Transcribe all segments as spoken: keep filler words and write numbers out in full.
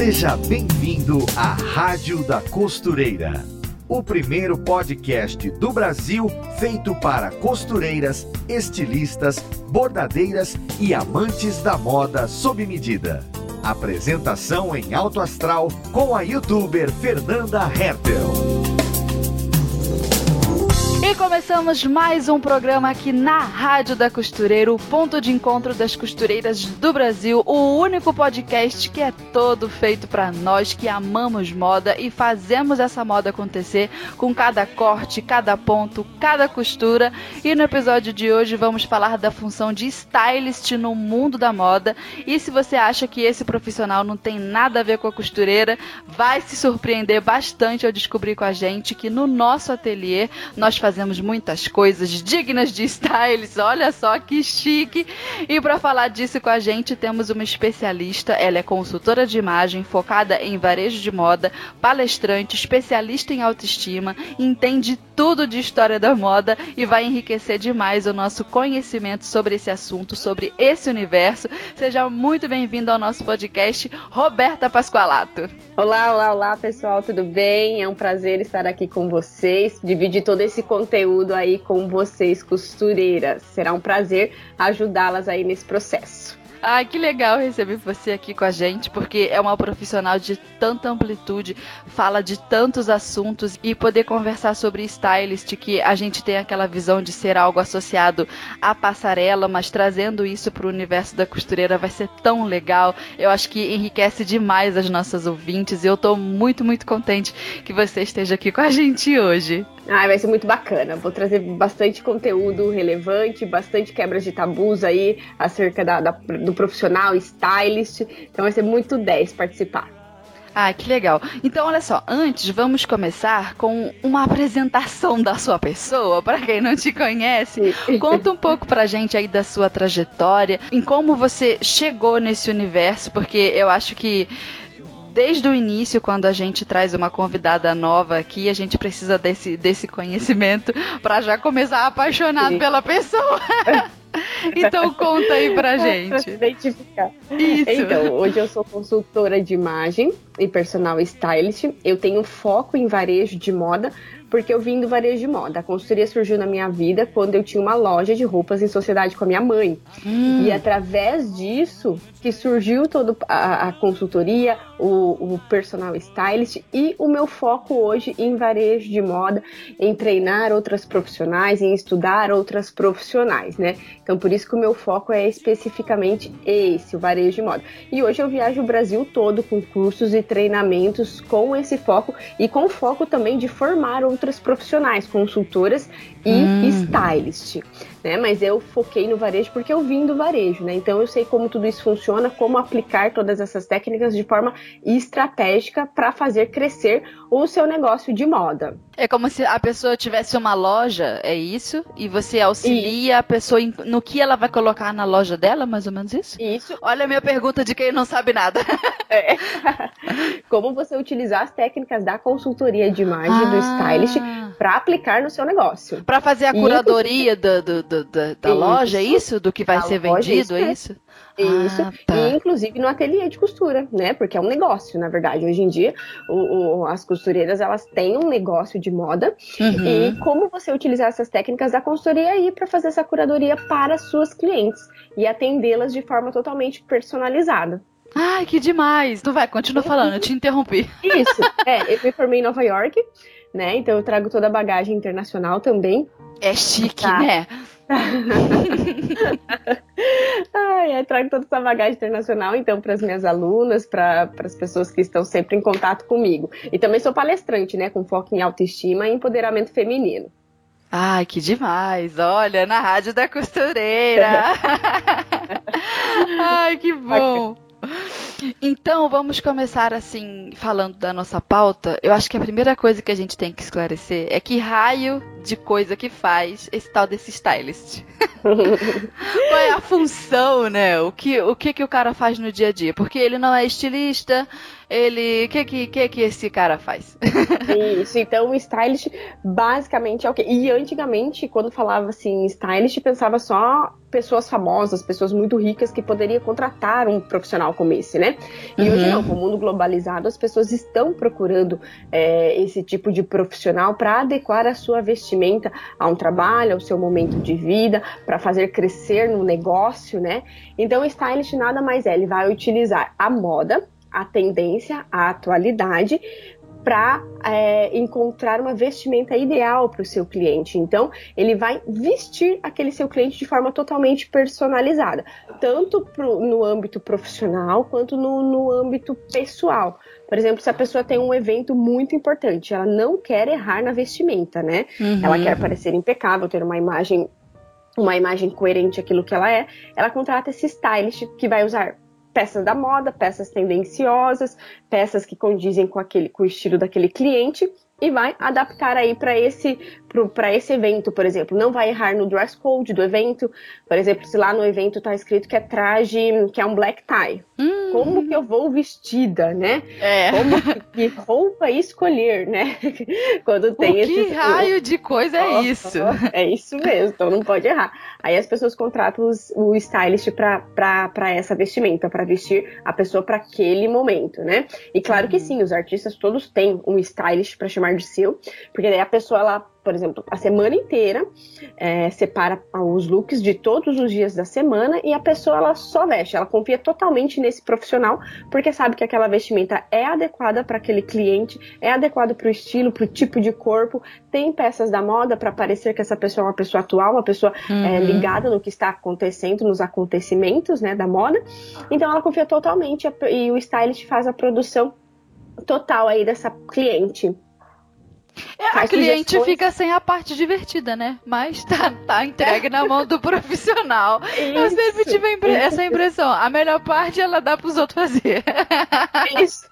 Seja bem-vindo à Rádio da Costureira, o primeiro podcast do Brasil feito para costureiras, estilistas, bordadeiras e amantes da moda sob medida. Apresentação em alto astral com a youtuber Fernanda Hertel. E começamos mais um programa aqui na Rádio da Costureira, o ponto de encontro das costureiras do Brasil, o único podcast que é todo feito para nós que amamos moda e fazemos essa moda acontecer com cada corte, cada ponto, cada costura. E no episódio de hoje vamos falar da função de stylist no mundo da moda. E se você acha que esse profissional não tem nada a ver com a costureira, vai se surpreender bastante ao descobrir com a gente que no nosso ateliê nós fazemos Fazemos muitas coisas dignas de stylist, olha só que chique. E para falar disso com a gente temos uma especialista, ela é consultora de imagem, focada em varejo de moda, palestrante, especialista em autoestima, entende tudo de história da moda e vai enriquecer demais o nosso conhecimento sobre esse assunto, sobre esse universo. Seja muito bem-vindo ao nosso podcast, Roberta Pasqualato. Olá, olá, olá pessoal, tudo bem? É um prazer estar aqui com vocês, dividir todo esse conteúdo aí com vocês, costureiras. Será um prazer ajudá-las aí nesse processo. Ah, que legal receber você aqui com a gente, porque é uma profissional de tanta amplitude, fala de tantos assuntos e poder conversar sobre stylist, que a gente tem aquela visão de ser algo associado à passarela, mas trazendo isso para o universo da costureira vai ser tão legal. Eu acho que enriquece demais as nossas ouvintes e eu tô muito, muito contente que você esteja aqui com a gente hoje. Ah, vai ser muito bacana. Vou trazer bastante conteúdo relevante, bastante quebras de tabus aí acerca da, da, do profissional stylist. Então vai ser muito dez participar. Ah, que legal. Então, olha só, antes vamos começar com uma apresentação da sua pessoa, para quem não te conhece. Conta um pouco pra gente aí da sua trajetória, em como você chegou nesse universo, porque eu acho que desde o início, quando a gente traz uma convidada nova aqui, a gente precisa desse, desse conhecimento para já começar apaixonado Sim. pela pessoa. Então conta aí pra gente. Pra se identificar. Isso. Então, hoje eu sou consultora de imagem e personal stylist. Eu tenho foco em varejo de moda, porque eu vim do varejo de moda. A consultoria surgiu na minha vida quando eu tinha uma loja de roupas em sociedade com a minha mãe. Hum. E através disso que surgiu toda a, a consultoria, o, o personal stylist e o meu foco hoje em varejo de moda, em treinar outras profissionais, em estudar outras profissionais, né? Então, por isso que o meu foco é especificamente esse, o varejo de moda. E hoje eu viajo o Brasil todo com cursos e treinamentos com esse foco e com foco também de formar outras profissionais, consultoras e hum. stylist, né? Mas eu foquei no varejo porque eu vim do varejo, né? Então eu sei como tudo isso funciona, como aplicar todas essas técnicas de forma estratégica para fazer crescer o seu negócio de moda. É como se a pessoa tivesse uma loja, é isso? E você auxilia e... a pessoa em, no que ela vai colocar na loja dela, mais ou menos isso? Isso. Olha a minha pergunta de quem não sabe nada. É. Como você utilizar as técnicas da consultoria de imagem ah. do stylist para aplicar no seu negócio. Para fazer a curadoria do, do, do, do, da loja, é isso? Do que vai ser vendido, é isso? Isso, ah, tá. E inclusive no ateliê de costura, né? Porque é um negócio, na verdade. Hoje em dia, o, o, as costureiras, elas têm um negócio de moda. Uhum. E como você utilizar essas técnicas da consultoria aí para fazer essa curadoria para suas clientes e atendê-las de forma totalmente personalizada. Ai, que demais! Tu vai, continua falando, eu te interrompi. Isso, é, eu me formei em Nova York, né? Então eu trago toda a bagagem internacional também. É chique, tá. né? Ai, eu trago toda essa bagagem internacional, então, para as minhas alunas, para as pessoas que estão sempre em contato comigo. E também sou palestrante, né? Com foco em autoestima e empoderamento feminino. Ai, que demais! Olha, na Rádio da Costureira! Ai, que bom! Então, vamos começar assim, falando da nossa pauta. Eu acho que a primeira coisa que a gente tem que esclarecer é que raio de coisa que faz esse tal desse stylist. Qual é a função, né? O que, o que que o cara faz no dia a dia? Porque ele não é estilista, ele... O que que, que que esse cara faz? Isso, então o stylist basicamente é o quê? E antigamente, quando falava assim stylist, pensava só pessoas famosas, pessoas muito ricas que poderiam contratar um profissional como esse, né? E uhum. hoje não, com o mundo globalizado, as pessoas estão procurando é, esse tipo de profissional para adequar a sua vestimenta a um trabalho, ao seu momento de vida, para fazer crescer no negócio, né? Então, o stylist nada mais é, ele vai utilizar a moda, a tendência, a atualidade, para é, encontrar uma vestimenta ideal para o seu cliente. Então, ele vai vestir aquele seu cliente de forma totalmente personalizada, tanto pro, no âmbito profissional, quanto no, no âmbito pessoal. Por exemplo, se a pessoa tem um evento muito importante, ela não quer errar na vestimenta, né? Uhum. Ela quer parecer impecável, ter uma imagem, uma imagem coerente àquilo que ela é, ela contrata esse stylist que vai usar peças da moda, peças tendenciosas, peças que condizem com, aquele, com o estilo daquele cliente e vai adaptar aí para esse, para esse evento, por exemplo. Não vai errar no dress code do evento. Por exemplo, se lá no evento está escrito que é traje, que é um black tie. Hum. Como que eu vou vestida, né? É. Como que roupa escolher, né? Quando tem o que esse raio de coisa é oh, isso? Oh, é isso mesmo, então não pode errar. Aí as pessoas contratam os, o stylist para essa vestimenta, para vestir a pessoa para aquele momento, né? E claro que sim, os artistas todos têm um stylist para chamar de seu, porque daí a pessoa, ela, por exemplo, a semana inteira é, separa os looks de todos os dias da semana e a pessoa, ela só veste, ela confia totalmente nesse profissional, porque sabe que aquela vestimenta é adequada para aquele cliente, é adequada para o estilo, para o tipo de corpo, tem peças da moda para parecer que essa pessoa é uma pessoa atual, uma pessoa uhum. é, ligada no que está acontecendo, nos acontecimentos, né, da moda. Então ela confia totalmente e o stylist faz a produção total aí dessa cliente. É, a cliente sugestões. Fica sem a parte divertida, né? Mas tá, tá entregue na mão do profissional. Isso, eu sempre tive impre- essa impressão. A melhor parte ela dá pros outros fazer. Isso.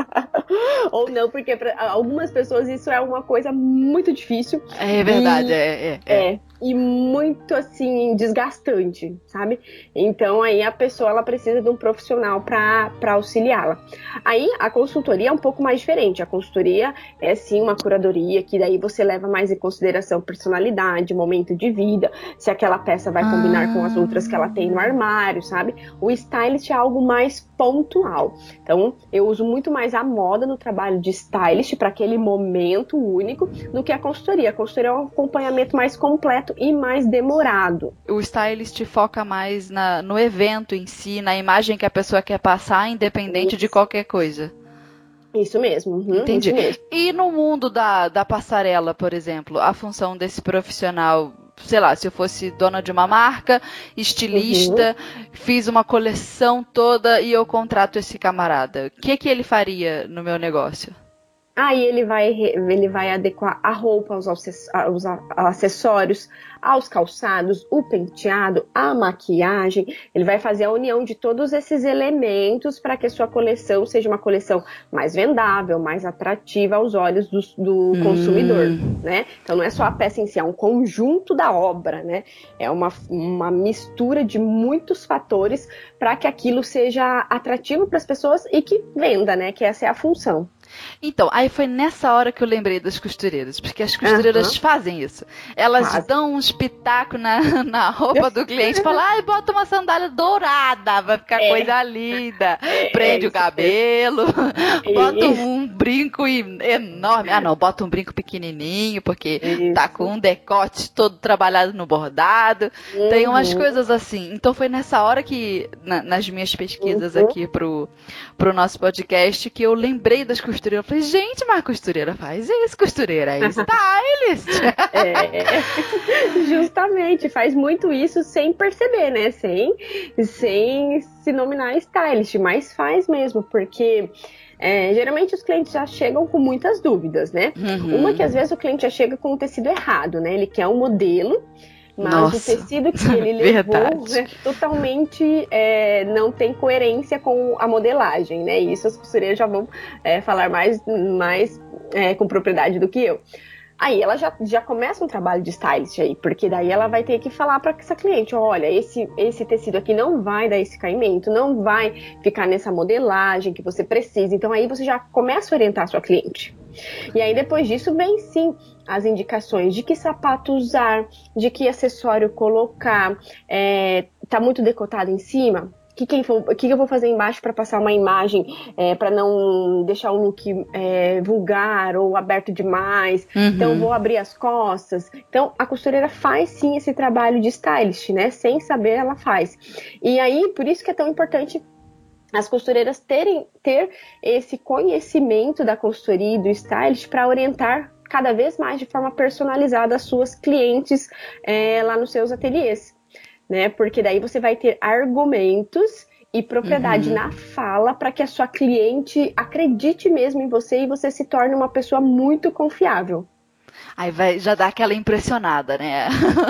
Ou não, porque para algumas pessoas isso é uma coisa muito difícil. É verdade, e, é, é, é. é. E muito, assim, desgastante, sabe? Então, aí a pessoa, ela precisa de um profissional para auxiliá-la. Aí, a consultoria é um pouco mais diferente. A consultoria é, sim, uma curadoria, que daí você leva mais em consideração personalidade, momento de vida, se aquela peça vai combinar ah. com as outras que ela tem no armário, sabe? O stylist é algo mais pontual. Então, eu uso muito mais a moda no trabalho de stylist para aquele momento único do que a consultoria. A consultoria é um acompanhamento mais completo e mais demorado. O stylist foca mais na, no evento em si, na imagem que a pessoa quer passar, independente Isso. de qualquer coisa. Isso mesmo. Uhum, Entendi. Isso mesmo. E no mundo da, da passarela, por exemplo, a função desse profissional, sei lá, se eu fosse dona de uma marca, estilista, uhum. fiz uma coleção toda e eu contrato esse camarada, o que que ele faria no meu negócio? Aí ele vai, ele vai adequar a roupa aos, aos acessórios, aos calçados, o penteado, a maquiagem. Ele vai fazer a união de todos esses elementos para que a sua coleção seja uma coleção mais vendável, mais atrativa aos olhos do, do hum. consumidor, né? Então não é só a peça em si, é um conjunto da obra, né? É uma, uma mistura de muitos fatores para que aquilo seja atrativo para as pessoas e que venda, né? Que essa é a função. Então, aí foi nessa hora que eu lembrei das costureiras, porque as costureiras uhum. fazem isso. Elas Faz. dão um espetáculo na, na roupa do cliente, falam, ai, bota uma sandália dourada, vai ficar é. coisa linda. É, Prende é o cabelo, é. bota um brinco enorme. Ah, não, bota um brinco pequenininho, porque isso. tá com um decote todo trabalhado no bordado. Uhum. Tem umas coisas assim. Então foi nessa hora que, na, nas minhas pesquisas uhum. aqui pro, pro nosso podcast, que eu lembrei das costureiras. Eu falei, gente, mas a costureira faz isso, costureira, é stylist. É, justamente, faz muito isso sem perceber, né? Sem, sem se nominar stylist, mas faz mesmo, porque é, geralmente os clientes já chegam com muitas dúvidas, né? Uhum. Uma que às vezes o cliente já chega com o tecido errado, né? Ele quer um modelo, mas Nossa. o tecido que ele levou né, totalmente é, não tem coerência com a modelagem, né? E isso as costureiras já vão é, falar mais, mais é, com propriedade do que eu. Aí ela já, já começa um trabalho de stylist aí, porque daí ela vai ter que falar para essa cliente, olha, esse, esse tecido aqui não vai dar esse caimento, não vai ficar nessa modelagem que você precisa. Então aí você já começa a orientar a sua cliente. E aí depois disso vem sim as indicações de que sapato usar, de que acessório colocar, é, tá muito decotado em cima, o que, que, que eu vou fazer embaixo para passar uma imagem, é, para não deixar um look é, vulgar ou aberto demais. Uhum. Então vou abrir as costas. Então a costureira faz sim esse trabalho de stylist, né? Sem saber ela faz. E aí por isso que é tão importante as costureiras terem ter esse conhecimento da consultoria e do stylist para orientar cada vez mais de forma personalizada as suas clientes é, lá nos seus ateliês, né? Porque daí você vai ter argumentos e propriedade uhum. na fala para que a sua cliente acredite mesmo em você e você se torne uma pessoa muito confiável. Aí vai, já dá aquela impressionada, né?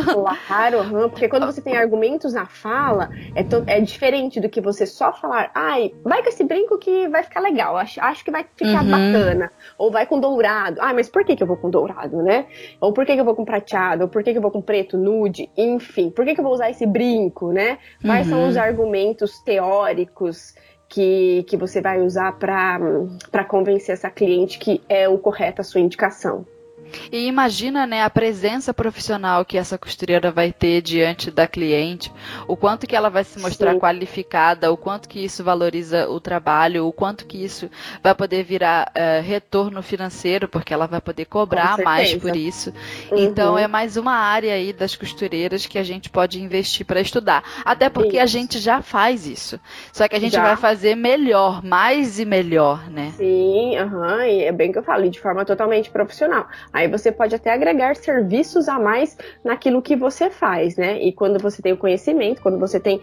Claro, porque quando você tem argumentos na fala, é, to, é diferente do que você só falar, ai, vai com esse brinco que vai ficar legal, acho, acho que vai ficar uhum. bacana. Ou vai com dourado, ah, mas por que que eu vou com dourado, né? Ou por que que eu vou com prateado, ou por que que eu vou com preto, nude, enfim, por que que eu vou usar esse brinco, né? Quais uhum. são os argumentos teóricos que, que você vai usar para convencer essa cliente que é o correto a sua indicação? E imagina, né, a presença profissional que essa costureira vai ter diante da cliente, o quanto que ela vai se mostrar Sim. qualificada, o quanto que isso valoriza o trabalho, o quanto que isso vai poder virar uh, retorno financeiro, porque ela vai poder cobrar mais por isso. Uhum. Então é mais uma área aí das costureiras que a gente pode investir para estudar. Até porque isso. a gente já faz isso. Só que a gente já. vai fazer melhor, mais e melhor, né? Sim, uhum, e é bem que eu falo, de forma totalmente profissional. Aí você pode até agregar serviços a mais naquilo que você faz, né? E quando você tem o conhecimento, quando você tem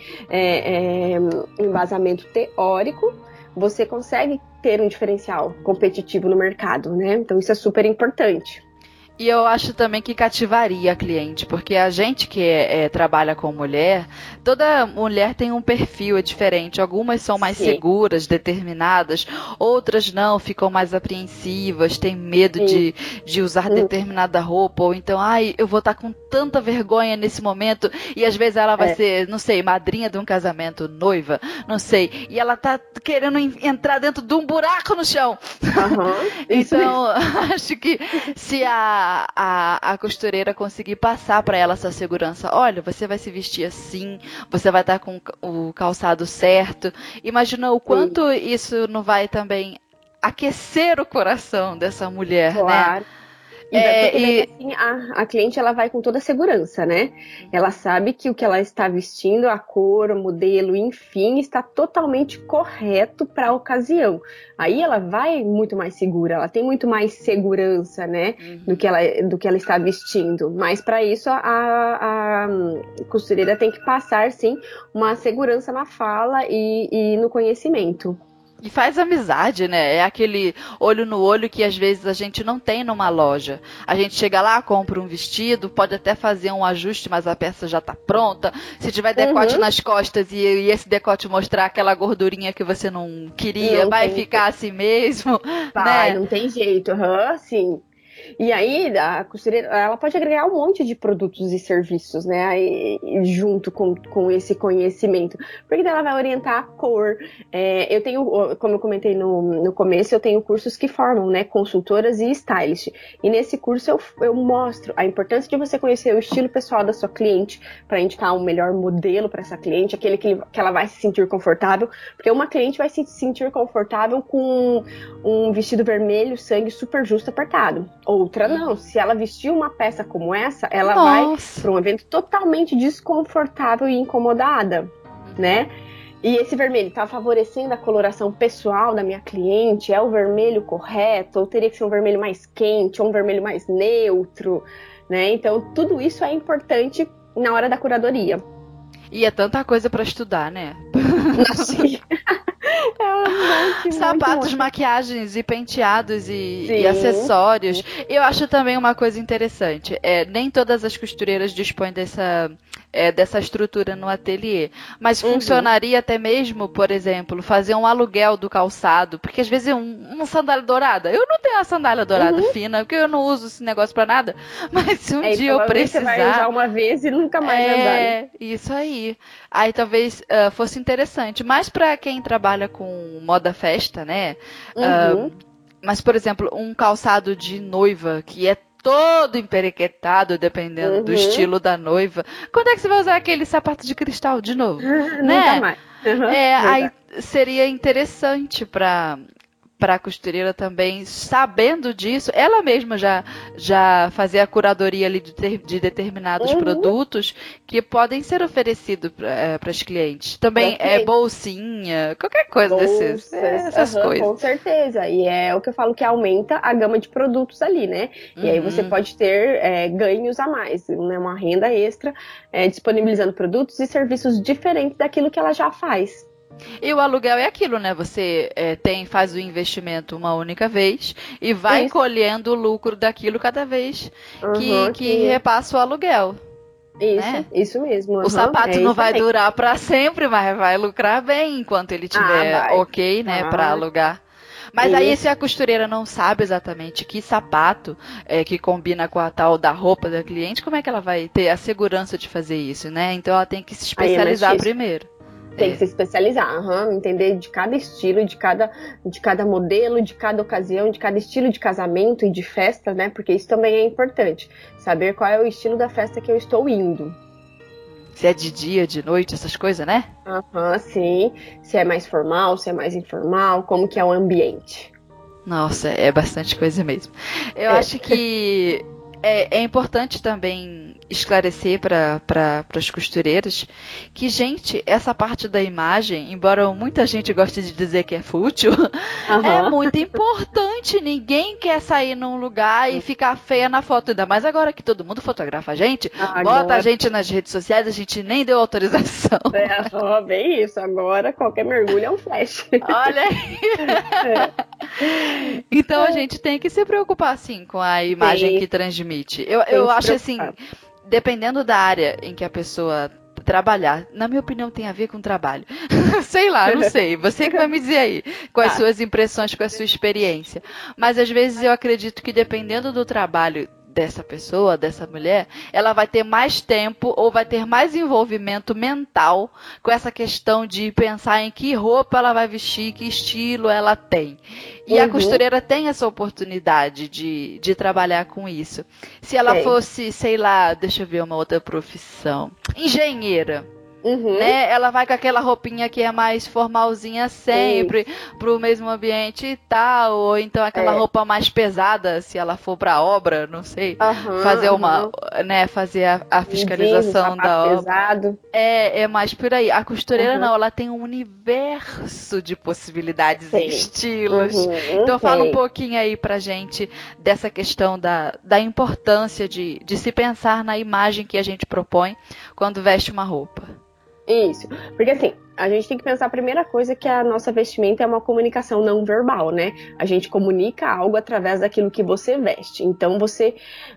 é, é, embasamento teórico, você consegue ter um diferencial competitivo no mercado, né? Então isso é super importante. E eu acho também que cativaria a cliente, porque a gente que é, é, trabalha com mulher, toda mulher tem um perfil diferente. Algumas são mais Sim. seguras, determinadas, outras não, ficam mais apreensivas, têm medo de, de usar Sim. determinada roupa, ou então, ai, eu vou estar com tanta vergonha nesse momento, e às vezes ela vai é. ser, não sei, madrinha de um casamento, noiva, não sei, e ela tá querendo entrar dentro de um buraco no chão. Uhum. Então, acho que se a A, a costureira conseguir passar para ela essa segurança. Olha, você vai se vestir assim, você vai estar com o calçado certo. Imagina o quanto Sim. isso não vai também aquecer o coração dessa mulher, claro. né? E, é, e... assim, a, a cliente ela vai com toda a segurança, né? Ela sabe que o que ela está vestindo, a cor, o modelo, enfim, está totalmente correto para a ocasião. Aí ela vai muito mais segura, ela tem muito mais segurança, né? Uhum. do, que ela, do que ela está vestindo. Mas para isso a, a costureira tem que passar, sim, uma segurança na fala e, e no conhecimento. E faz amizade, né? É aquele olho no olho que às vezes a gente não tem numa loja. A gente chega lá, compra um vestido, pode até fazer um ajuste, mas a peça já tá pronta. Se tiver decote uhum. nas costas e, e esse decote mostrar aquela gordurinha que você não queria, não vai ficar assim mesmo. Vai, né? Não tem jeito, uhum, sim. E aí, a costureira, ela pode agregar um monte de produtos e serviços, né, aí, junto com, com esse conhecimento, porque daí ela vai orientar a cor. É, eu tenho, como eu comentei no, no começo, eu tenho cursos que formam, né, consultoras e stylist, e nesse curso eu, eu mostro a importância de você conhecer o estilo pessoal da sua cliente, para indicar um melhor modelo para essa cliente, aquele que, que ela vai se sentir confortável, porque uma cliente vai se sentir confortável com um vestido vermelho, sangue super justo apertado. Outra não, se ela vestir uma peça como essa, ela Nossa. vai para um evento totalmente desconfortável e incomodada, né? E esse vermelho está favorecendo a coloração pessoal da minha cliente? É o vermelho correto? Ou teria que ser um vermelho mais quente, ou um vermelho mais neutro, né? Então, tudo isso é importante na hora da curadoria. E é tanta coisa para estudar, né? Sim. um monte, Sapatos, muito. maquiagens e penteados e, e acessórios. Eu acho também uma coisa interessante. É, nem todas as costureiras dispõem dessa, é, dessa estrutura no ateliê. Mas Uhum. funcionaria até mesmo, por exemplo, fazer um aluguel do calçado. Porque às vezes um, uma sandália dourada. Eu não tenho uma sandália dourada Uhum. fina, porque eu não uso esse negócio pra nada. Mas se um É, dia eu provavelmente precisar... você vai usar uma vez e nunca mais vai usar. Né? É, isso aí. Aí talvez uh, fosse interessante. Mas para quem trabalha com moda festa, né? Uhum. Uh, mas, por exemplo, um calçado de noiva que é todo emperequetado, dependendo Uhum. do estilo da noiva. Quando é que você vai usar aquele sapato de cristal de novo? Nunca Né? mais. Uhum. É, aí Verdade. seria interessante para para a costureira também, sabendo disso, ela mesma já, já fazia a curadoria ali de, ter, de determinados Uhum. produtos que podem ser oferecidos para é, as clientes. Também Pra é cliente. bolsinha, qualquer coisa desses, é, essas Uhum, coisas. com certeza. E é o que eu falo que aumenta a gama de produtos ali, né? Uhum. E aí você pode ter é, ganhos a mais, né? Uma renda extra, é, disponibilizando produtos e serviços diferentes daquilo que ela já faz. E o aluguel é aquilo, né? Você é, tem, faz o investimento uma única vez e vai Isso. colhendo o lucro daquilo cada vez que, Uhum, que que... repassa o aluguel. Isso, né? isso mesmo. Uhum, o sapato é não vai aí. durar para sempre, mas vai lucrar bem enquanto ele tiver ah, ok, né, ah, para alugar. Mas isso. aí se a costureira não sabe exatamente que sapato é, que combina com a tal da roupa da cliente, como é que ela vai ter a segurança de fazer isso, né? Então ela tem que se especializar é primeiro. Tem é. que se especializar, uhum, entender de cada estilo, de cada, de cada modelo, de cada ocasião, de cada estilo de casamento e de festa, né? Porque isso também é importante. Saber qual é o estilo da festa que eu estou indo. Se é de dia, de noite, essas coisas, né? Aham, uhum, sim. Se é mais formal, se é mais informal, como que é o ambiente. Nossa, é bastante coisa mesmo. Eu É. acho que é, é importante também esclarecer para pra, as costureiras que, gente, essa parte da imagem, embora muita gente goste de dizer que é fútil, Uhum. é muito importante. Ninguém quer sair num lugar e ficar feia na foto, ainda mais agora que todo mundo fotografa a gente, Agora... bota a gente nas redes sociais, a gente nem deu autorização. É, ó, bem isso. Agora qualquer mergulho é um flash. Olha aí. É. Então a gente tem que se preocupar, assim, com a imagem Sim. que transmite. Eu, eu acho assim, dependendo da área em que a pessoa trabalhar, na minha opinião, tem a ver com trabalho. Sei lá, não sei. Você que vai me dizer aí quais Tá. suas impressões, com a sua experiência. Mas às vezes eu acredito que dependendo do trabalho dessa pessoa, dessa mulher, ela vai ter mais tempo ou vai ter mais envolvimento mental com essa questão de pensar em que roupa ela vai vestir, que estilo ela tem. E uhum. a costureira tem essa oportunidade de, de trabalhar com isso. Se ela Sim. fosse, sei lá, deixa eu ver uma outra profissão, engenheira. Uhum. Né? Ela vai com aquela roupinha que é mais formalzinha sempre, Sim. pro mesmo ambiente e tal, ou então aquela é. roupa mais pesada, se ela for pra obra, não sei, uhum, fazer uma, uhum. né, fazer a, a fiscalização um da obra. Pesado. É, é mais por aí. A costureira uhum. não, ela tem um universo de possibilidades Sim. e estilos. Uhum, então fala Sim. um pouquinho aí pra gente dessa questão da, da importância de, de se pensar na imagem que a gente propõe quando veste uma roupa. Isso, porque assim, a gente tem que pensar a primeira coisa que a nossa vestimenta é uma comunicação não verbal, né? A gente comunica algo através daquilo que você veste. Então você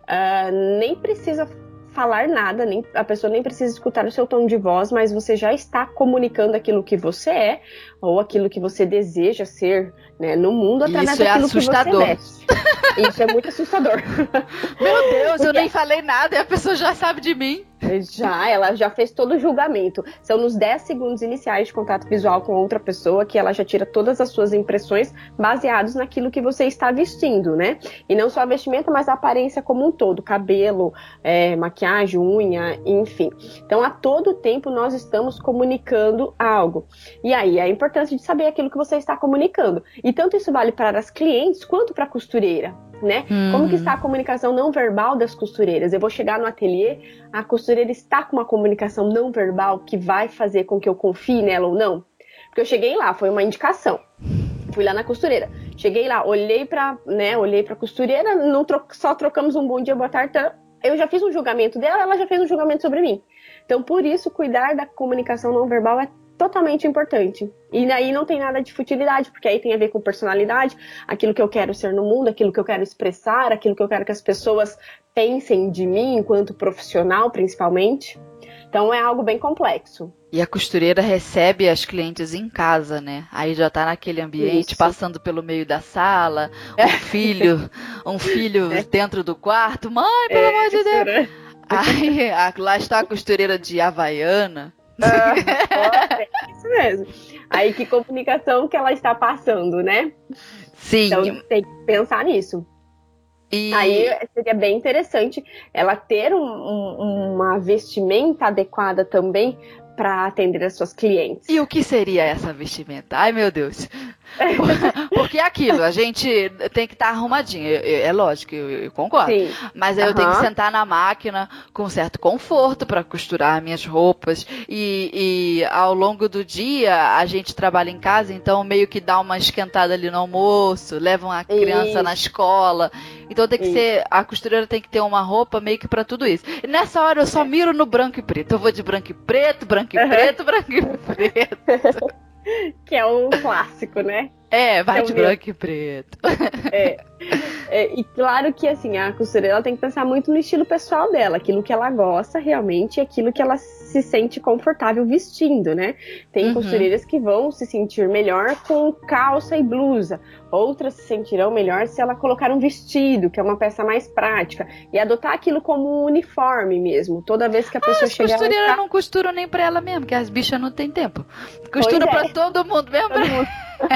uh, nem precisa falar nada, nem, a pessoa nem precisa escutar o seu tom de voz, mas você já está comunicando aquilo que você é ou aquilo que você deseja ser, né, no mundo através Isso daquilo é assustador. que você veste. Isso é muito assustador. Meu Deus, Porque... eu nem falei nada e a pessoa já sabe de mim. Já, ela já fez todo o julgamento. São nos dez segundos iniciais de contato visual com outra pessoa que ela já tira todas as suas impressões baseados naquilo que você está vestindo, né? E não só a vestimenta, mas a aparência como um todo, cabelo, é, maquiagem, unha, enfim. Então, a todo tempo nós estamos comunicando algo. E aí, a importância de saber aquilo que você está comunicando. E tanto isso vale para as clientes quanto para a costureira. Né? Uhum. Como que está a comunicação não verbal das costureiras? Eu vou chegar no ateliê, a costureira está com uma comunicação não verbal que vai fazer com que eu confie nela ou não? Porque eu cheguei lá, foi uma indicação. Fui lá na costureira. Cheguei lá, olhei para, né, olhei para a costureira, não tro- só trocamos um bom dia, boa tarde. Eu já fiz um julgamento dela, ela já fez um julgamento sobre mim. Então, por isso, cuidar da comunicação não verbal é totalmente importante. E aí não tem nada de futilidade, porque aí tem a ver com personalidade, aquilo que eu quero ser no mundo, aquilo que eu quero expressar, aquilo que eu quero que as pessoas pensem de mim enquanto profissional, principalmente. Então é algo bem complexo. E a costureira recebe as clientes em casa, né? Aí já tá naquele ambiente, Isso. passando pelo meio da sala, um filho, um filho é. dentro do quarto. Mãe, pelo é, amor de Deus! Né? Aí a, lá está a costureira de Havaiana. Ah, é isso mesmo. Aí que comunicação que ela está passando, né? Sim. Então tem que pensar nisso. E... Aí seria bem interessante ela ter um, um, uma vestimenta adequada também para atender as suas clientes. E o que seria essa vestimenta? Ai, meu Deus. Porque é aquilo, a gente tem que estar tá arrumadinho, é lógico, eu, eu concordo. Sim. Mas aí uhum. eu tenho que sentar na máquina com certo conforto para costurar minhas roupas. E, e ao longo do dia a gente trabalha em casa, então meio que dá uma esquentada ali no almoço, leva uma criança isso. na escola. Então tem que isso. ser, a costureira tem que ter uma roupa meio que para tudo isso. E nessa hora eu só miro no branco e preto. Eu vou de branco e preto, branco e uhum. preto, branco e preto. Que é um clássico, né? É, vai de branco e preto. É. É, e claro que assim, a costureira ela tem que pensar muito no estilo pessoal dela, aquilo que ela gosta realmente, aquilo que ela se sente confortável vestindo, né? Tem uhum. costureiras que vão se sentir melhor com calça e blusa, outras se sentirão melhor se ela colocar um vestido, que é uma peça mais prática, e adotar aquilo como um uniforme mesmo, toda vez que a pessoa ah, chegar... As costureiras não costuram nem pra ela mesmo, porque as bichas não tem tempo. Costura é. pra todo mundo mesmo. Todo mundo.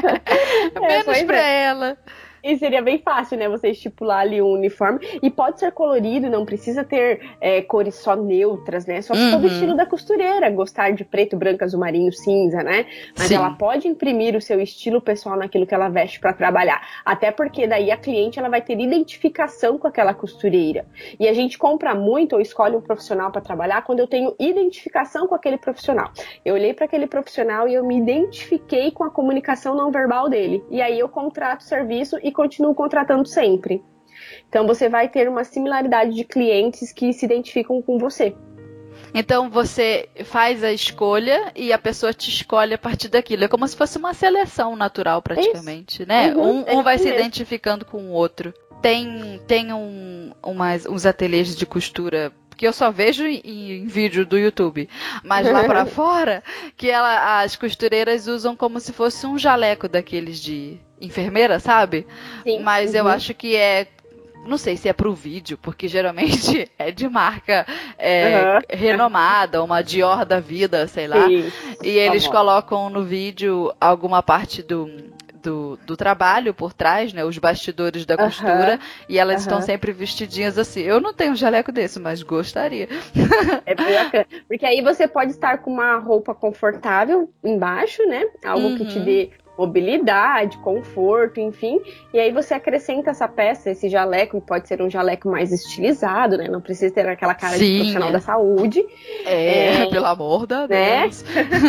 Menos é, pra é. ela. E seria bem fácil, né, você estipular ali um uniforme. E pode ser colorido, não precisa ter é, cores só neutras, né? Só se for do estilo da costureira, gostar de preto, branco, azul marinho, cinza, né? Mas Sim. ela pode imprimir o seu estilo pessoal naquilo que ela veste para trabalhar. Até porque daí a cliente ela vai ter identificação com aquela costureira. E a gente compra muito ou escolhe um profissional para trabalhar quando eu tenho identificação com aquele profissional. Eu olhei para aquele profissional e eu me identifiquei com a comunicação não verbal dele. E aí eu contrato o serviço e continuo contratando sempre. Então você vai ter uma similaridade de clientes que se identificam com você. Então você faz a escolha e a pessoa te escolhe a partir daquilo. É como se fosse uma seleção natural praticamente, isso. né? Uhum, um um é vai se mesmo. identificando com o outro. Tem, tem um, umas, uns ateliês de costura que eu só vejo em, em vídeo do YouTube, mas lá pra fora, que ela, as costureiras usam como se fosse um jaleco daqueles de enfermeira, sabe? Sim. Mas uhum. eu acho que é, não sei se é pro vídeo, porque geralmente é de marca é, uhum. renomada, uma Dior da vida, sei lá, Sim. e eles tá colocam no vídeo alguma parte do... Do, do trabalho por trás, né? Os bastidores da costura, uhum, e elas uhum. estão sempre vestidinhas assim. Eu não tenho um jaleco desse, mas gostaria. É bem bacana. Porque aí você pode estar com uma roupa confortável embaixo, né? Algo uhum. que te dê mobilidade, conforto, enfim. E aí você acrescenta essa peça, esse jaleco, pode ser um jaleco mais estilizado, né? Não precisa ter aquela cara Sim, de profissional é. da saúde. É, é, pelo amor da né? Deus.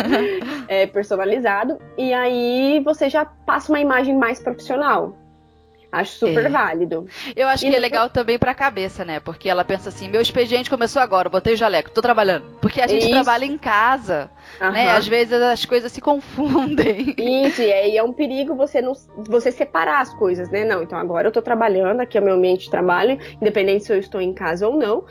É personalizado. E aí você já passa uma imagem mais profissional. Acho super é. válido. Eu acho e que é legal também pra cabeça, né? Porque ela pensa assim, meu expediente começou agora, eu botei o jaleco, tô trabalhando. Porque a gente Isso. trabalha em casa, uhum. né? Às vezes as coisas se confundem. Isso, e aí é um perigo você, não, você separar as coisas, né? Não, então agora eu tô trabalhando, aqui é o meu ambiente de trabalho, independente se eu estou em casa ou não,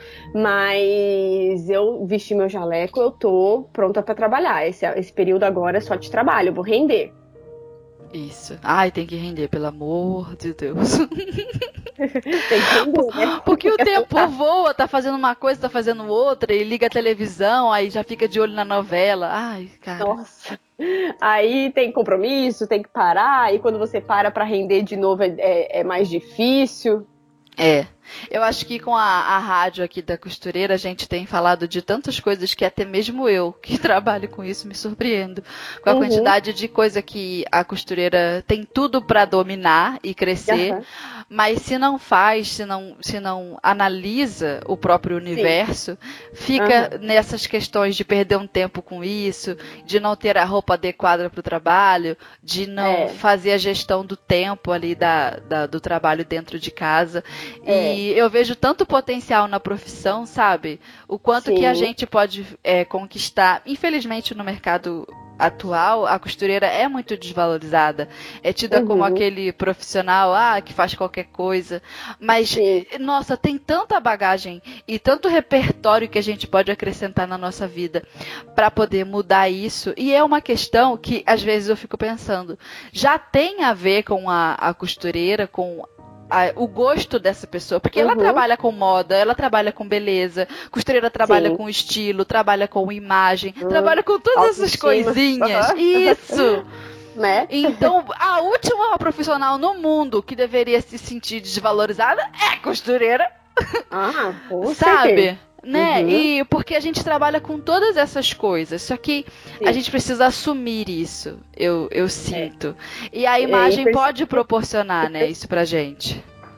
mas eu vesti meu jaleco, eu tô pronta pra trabalhar. Esse, esse período agora é só de trabalho, eu vou render. Isso. Ai, tem que render, pelo amor de Deus. Tem que render, né? Porque o tempo voa, tá fazendo uma coisa, tá fazendo outra, e liga a televisão, aí já fica de olho na novela. Ai, cara. Nossa. Aí tem compromisso, tem que parar, e quando você para pra render de novo é, é, é mais difícil. É. Eu acho que com a, a rádio aqui da costureira a gente tem falado de tantas coisas que até mesmo eu, que trabalho com isso, me surpreendo. Com a uhum. quantidade de coisa que a costureira tem tudo para dominar e crescer, uhum. mas se não faz, se não, se não analisa o próprio universo, Sim. fica uhum. nessas questões de perder um tempo com isso, de não ter a roupa adequada para o trabalho, de não é. fazer a gestão do tempo ali da, da, do trabalho dentro de casa. É. E eu vejo tanto potencial na profissão, sabe? O quanto Sim. que a gente pode é, conquistar. Infelizmente, no mercado atual, a costureira é muito desvalorizada. É tida Uhum. como aquele profissional, ah, que faz qualquer coisa. Mas, Sim. nossa, tem tanta bagagem e tanto repertório que a gente pode acrescentar na nossa vida para poder mudar isso. E é uma questão que, às vezes, eu fico pensando, já tem a ver com a, a costureira, com a, o gosto dessa pessoa, porque ela Uhum. trabalha com moda, ela trabalha com beleza, costureira trabalha Sim. com estilo, trabalha com imagem, Hum. trabalha com todas essas Autoestima. coisinhas. Uhum. Isso! Né? Então, a última profissional no mundo que deveria se sentir desvalorizada é a costureira, Ah, com sabe? certeza. Né? Uhum. E porque a gente trabalha com todas essas coisas, só que Sim. a gente precisa assumir isso, eu, eu sinto. E a É, imagem e perce- pode proporcionar, né, isso pra gente.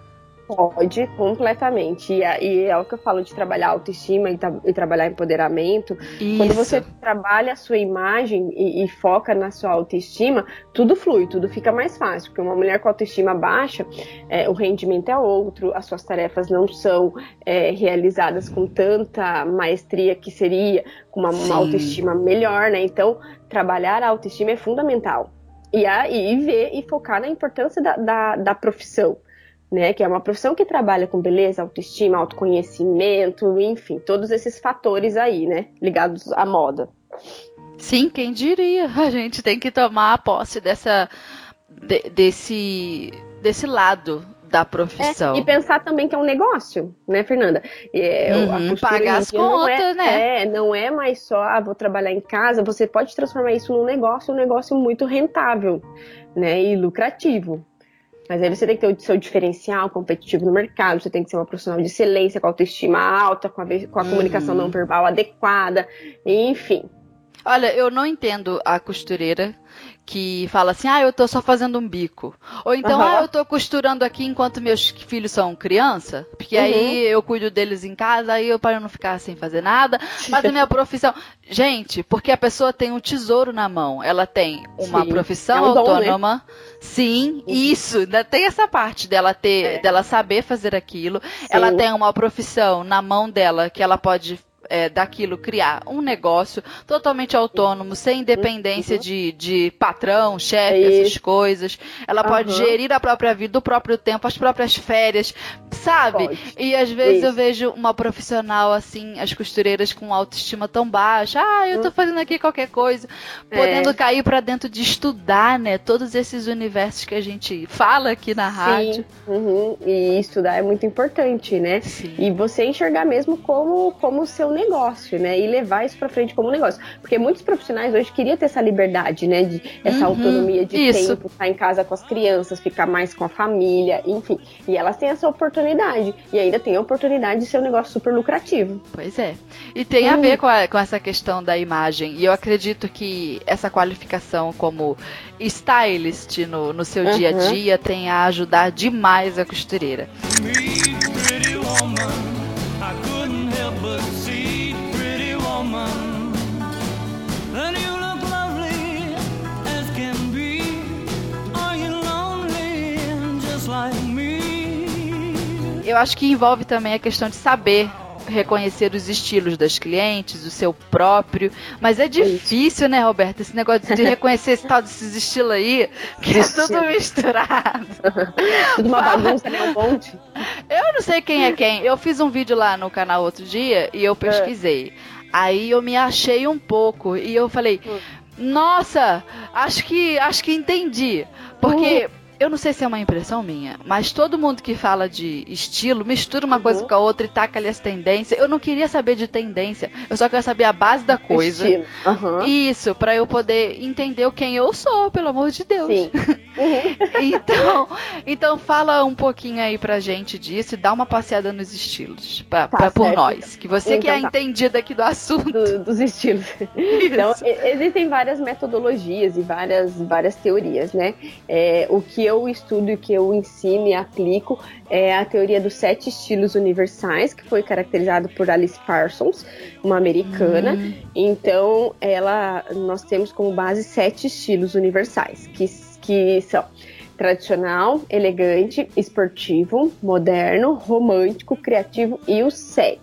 Pode, completamente. E, a- e é o que eu falo de trabalhar autoestima e, tra- e trabalhar empoderamento. Quando você Isso. trabalha a sua imagem e, e foca na sua autoestima, tudo flui, tudo fica mais fácil. Porque uma mulher com autoestima baixa, é, o rendimento é outro, as suas tarefas não são é, realizadas com tanta maestria que seria com uma, Sim. uma autoestima melhor, né? Então, trabalhar a autoestima é fundamental. E, a, e ver e focar na importância da, da, da profissão. Né, que é uma profissão que trabalha com beleza, autoestima, autoconhecimento, enfim, todos esses fatores aí, né, ligados à moda. Sim, quem diria? A gente tem que tomar posse dessa, de- desse, desse lado da profissão. É, e pensar também que é um negócio, né, Fernanda? E, é, Uhum, a costura pagar hoje em as dia não é, contas, né? É, não é mais só, ah, vou trabalhar em casa, você pode transformar isso num negócio, um negócio muito rentável, né, e lucrativo. Mas aí você tem que ter o seu diferencial competitivo no mercado, você tem que ser uma profissional de excelência, com autoestima alta, com a, com a Uhum. comunicação não verbal adequada, enfim. Olha, eu não entendo a costureira que fala assim, ah, eu tô só fazendo um bico. Ou então, Aham. ah, eu tô costurando aqui enquanto meus filhos são criança, porque Uhum. aí eu cuido deles em casa, aí eu para não ficar sem fazer nada, mas a minha profissão... Gente, porque a pessoa tem um tesouro na mão, ela tem uma Sim. profissão É um dom, né? autônoma, sim, isso, ainda tem essa parte dela ter, É. dela saber fazer aquilo, Sim. ela tem uma profissão na mão dela que ela pode... É, daquilo criar um negócio totalmente autônomo, sem independência Uhum. de, de patrão, chefe, É essas isso. coisas. Ela pode Aham. gerir a própria vida, o próprio tempo, as próprias férias, sabe? Pode. E às vezes Isso. eu vejo uma profissional assim, as costureiras com autoestima tão baixa, ah, eu tô Hum. fazendo aqui qualquer coisa, É. podendo cair pra dentro de estudar, né? Todos esses universos que a gente fala aqui na rádio. Sim. Uhum. E estudar é muito importante, né? Sim. E você enxergar mesmo como como seu negócio, né? E levar isso pra frente como negócio. Porque muitos profissionais hoje queriam ter essa liberdade, né? De, essa Uhum, autonomia de isso. tempo, estar em casa com as crianças, ficar mais com a família, enfim. E elas têm essa oportunidade. E ainda tem a oportunidade de ser um negócio super lucrativo. Pois é. E tem a Hum. ver com, a- com essa questão da imagem. E eu acredito que essa qualificação como stylist no, no seu Uhum. dia a dia tem a ajudar demais a costureira. Me, pretty woman, I couldn't help but see, pretty woman. And you look lovely as can be. Are you lonely just like me? Eu acho que envolve também a questão de saber reconhecer os estilos das clientes, o seu próprio, mas é difícil, né, Roberta, esse negócio de reconhecer esse tal desses estilos aí, que é tudo misturado. Tudo uma bagunça, né? Um monte. Eu não sei quem é quem. Eu fiz um vídeo lá no canal outro dia e eu pesquisei. Aí eu me achei um pouco e eu falei, nossa, acho que acho que entendi. Porque eu não sei se é uma impressão minha, mas todo mundo que fala de estilo mistura uma Uhum. coisa com a outra e taca ali as tendências. Eu não queria saber de tendência, eu só quero saber a base da coisa. Estilo. Aham. Isso, pra eu poder entender quem eu sou, pelo amor de Deus. Sim. Uhum. Então, então fala um pouquinho aí pra gente disso e dá uma passeada nos estilos, pra, Tá pra- por certo. nós, que você que é Então tá. entendida aqui do assunto. Do- dos estilos. Então, e- existem várias metodologias e várias, várias teorias, né? É, o que eu estudo e o que eu ensino e aplico é a teoria dos sete estilos universais, que foi caracterizado por Alice Parsons, uma americana. Hum. Então, ela, nós temos como base sete estilos universais, que, que são tradicional, elegante, esportivo, moderno, romântico, criativo e o sexy.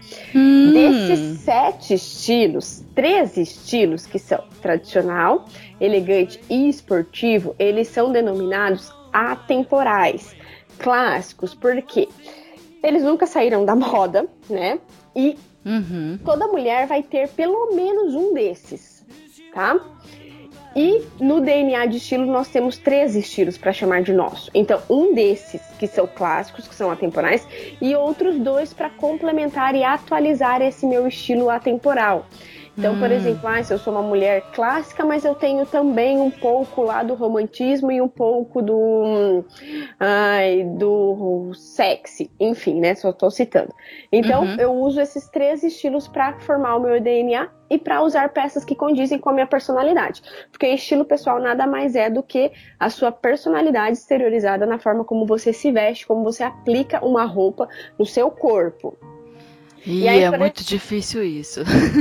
Hum. Desses sete estilos, três estilos que são tradicional, elegante e esportivo, eles são denominados atemporais, clássicos, porque eles nunca saíram da moda, né? E Uhum. toda mulher vai ter pelo menos um desses, tá? E no D N A de estilo nós temos três estilos para chamar de nosso. Então, um desses que são clássicos, que são atemporais, e outros dois para complementar e atualizar esse meu estilo atemporal. Então, hum. por exemplo, ah, se eu sou uma mulher clássica, mas eu tenho também um pouco lá do romantismo e um pouco do, ai, do sexy, enfim, né? Só estou citando. Então, uhum. eu uso esses três estilos para formar o meu D N A e para usar peças que condizem com a minha personalidade. Porque estilo pessoal nada mais é do que a sua personalidade exteriorizada na forma como você se veste, como você aplica uma roupa no seu corpo. E, e aí, é muito exemplo, difícil isso.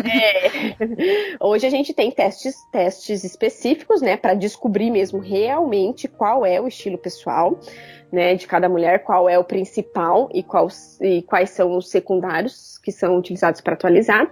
É. Hoje a gente tem testes, testes específicos, né, para descobrir mesmo realmente qual é o estilo pessoal, né, de cada mulher, qual é o principal e, qual, e quais são os secundários que são utilizados para atualizar.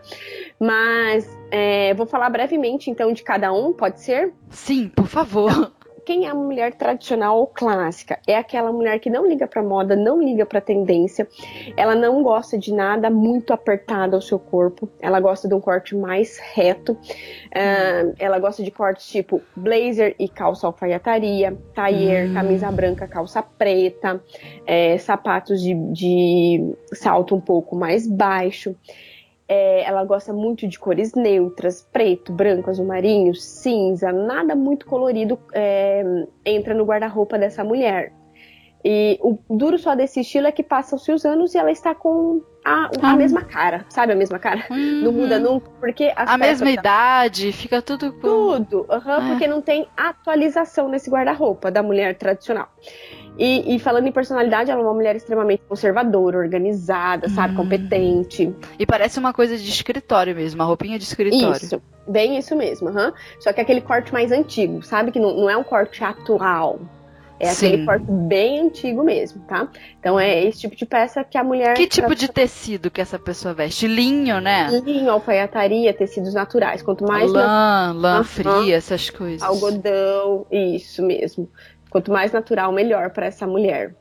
Mas é, vou falar brevemente então de cada um, pode ser? Sim, por favor. Então, quem é a mulher tradicional ou clássica? É aquela mulher que não liga pra moda, não liga pra tendência, ela não gosta de nada muito apertado ao seu corpo, ela gosta de um corte mais reto, hum. uh, ela gosta de cortes tipo blazer e calça alfaiataria, tailleur, hum. camisa branca, calça preta, é, sapatos de, de salto um pouco mais baixo. É, ela gosta muito de cores neutras, preto, branco, azul marinho, cinza, nada muito colorido é, entra no guarda-roupa dessa mulher. E o duro só desse estilo é que passam-se os anos e ela está com a, a hum. mesma cara, sabe a mesma cara? Uhum. Não muda nunca, porque as a mesma da... idade, fica tudo com... Tudo, uhum, ah. porque não tem atualização nesse guarda-roupa da mulher tradicional. E, e falando em personalidade, ela é uma mulher extremamente conservadora, organizada, sabe, hum. competente. E parece uma coisa de escritório mesmo, uma roupinha de escritório. Isso, bem isso mesmo, uhum. Só que é aquele corte mais antigo, sabe, que não, não é um corte atual. É Sim. aquele corte bem antigo mesmo, tá? Então é esse tipo de peça que a mulher... Que tipo de tecido que essa pessoa veste? Linho, né? Linho, alfaiataria, tecidos naturais. Quanto mais... Lã, lã uhum. fria, essas coisas. Algodão, isso mesmo. Quanto mais natural, melhor para essa mulher.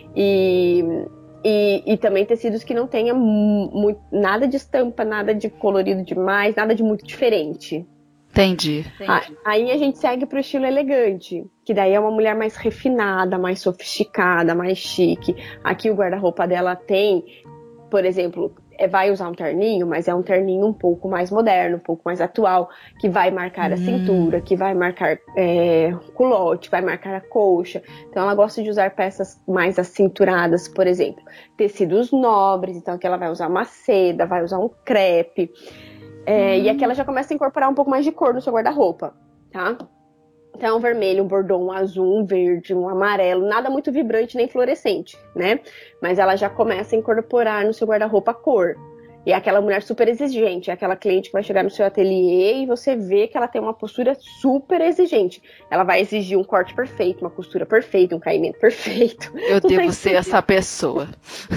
E, e, e também tecidos que não tenha muito, nada de estampa, nada de colorido demais, nada de muito diferente. Entendi. Entendi. Aí a gente segue pro estilo elegante, que daí é uma mulher mais refinada, mais sofisticada, mais chique. Aqui o guarda-roupa dela tem, por exemplo... vai usar um terninho, mas é um terninho um pouco mais moderno, um pouco mais atual, que vai marcar a hum. cintura, que vai marcar é, culote, vai marcar a coxa. Então ela gosta de usar peças mais acinturadas, por exemplo, tecidos nobres, então aqui ela vai usar uma seda, vai usar um crepe. É, hum. E aqui ela já começa a incorporar um pouco mais de cor no seu guarda-roupa, tá? Então, um vermelho, um bordô, um azul, um verde, um amarelo, nada muito vibrante nem fluorescente, né? Mas ela já começa a incorporar no seu guarda-roupa a cor. E é aquela mulher super exigente, é aquela cliente que vai chegar no seu ateliê e você vê que ela tem uma postura super exigente. Ela vai exigir um corte perfeito, uma costura perfeita, um caimento perfeito. Eu devo ser essa pessoa.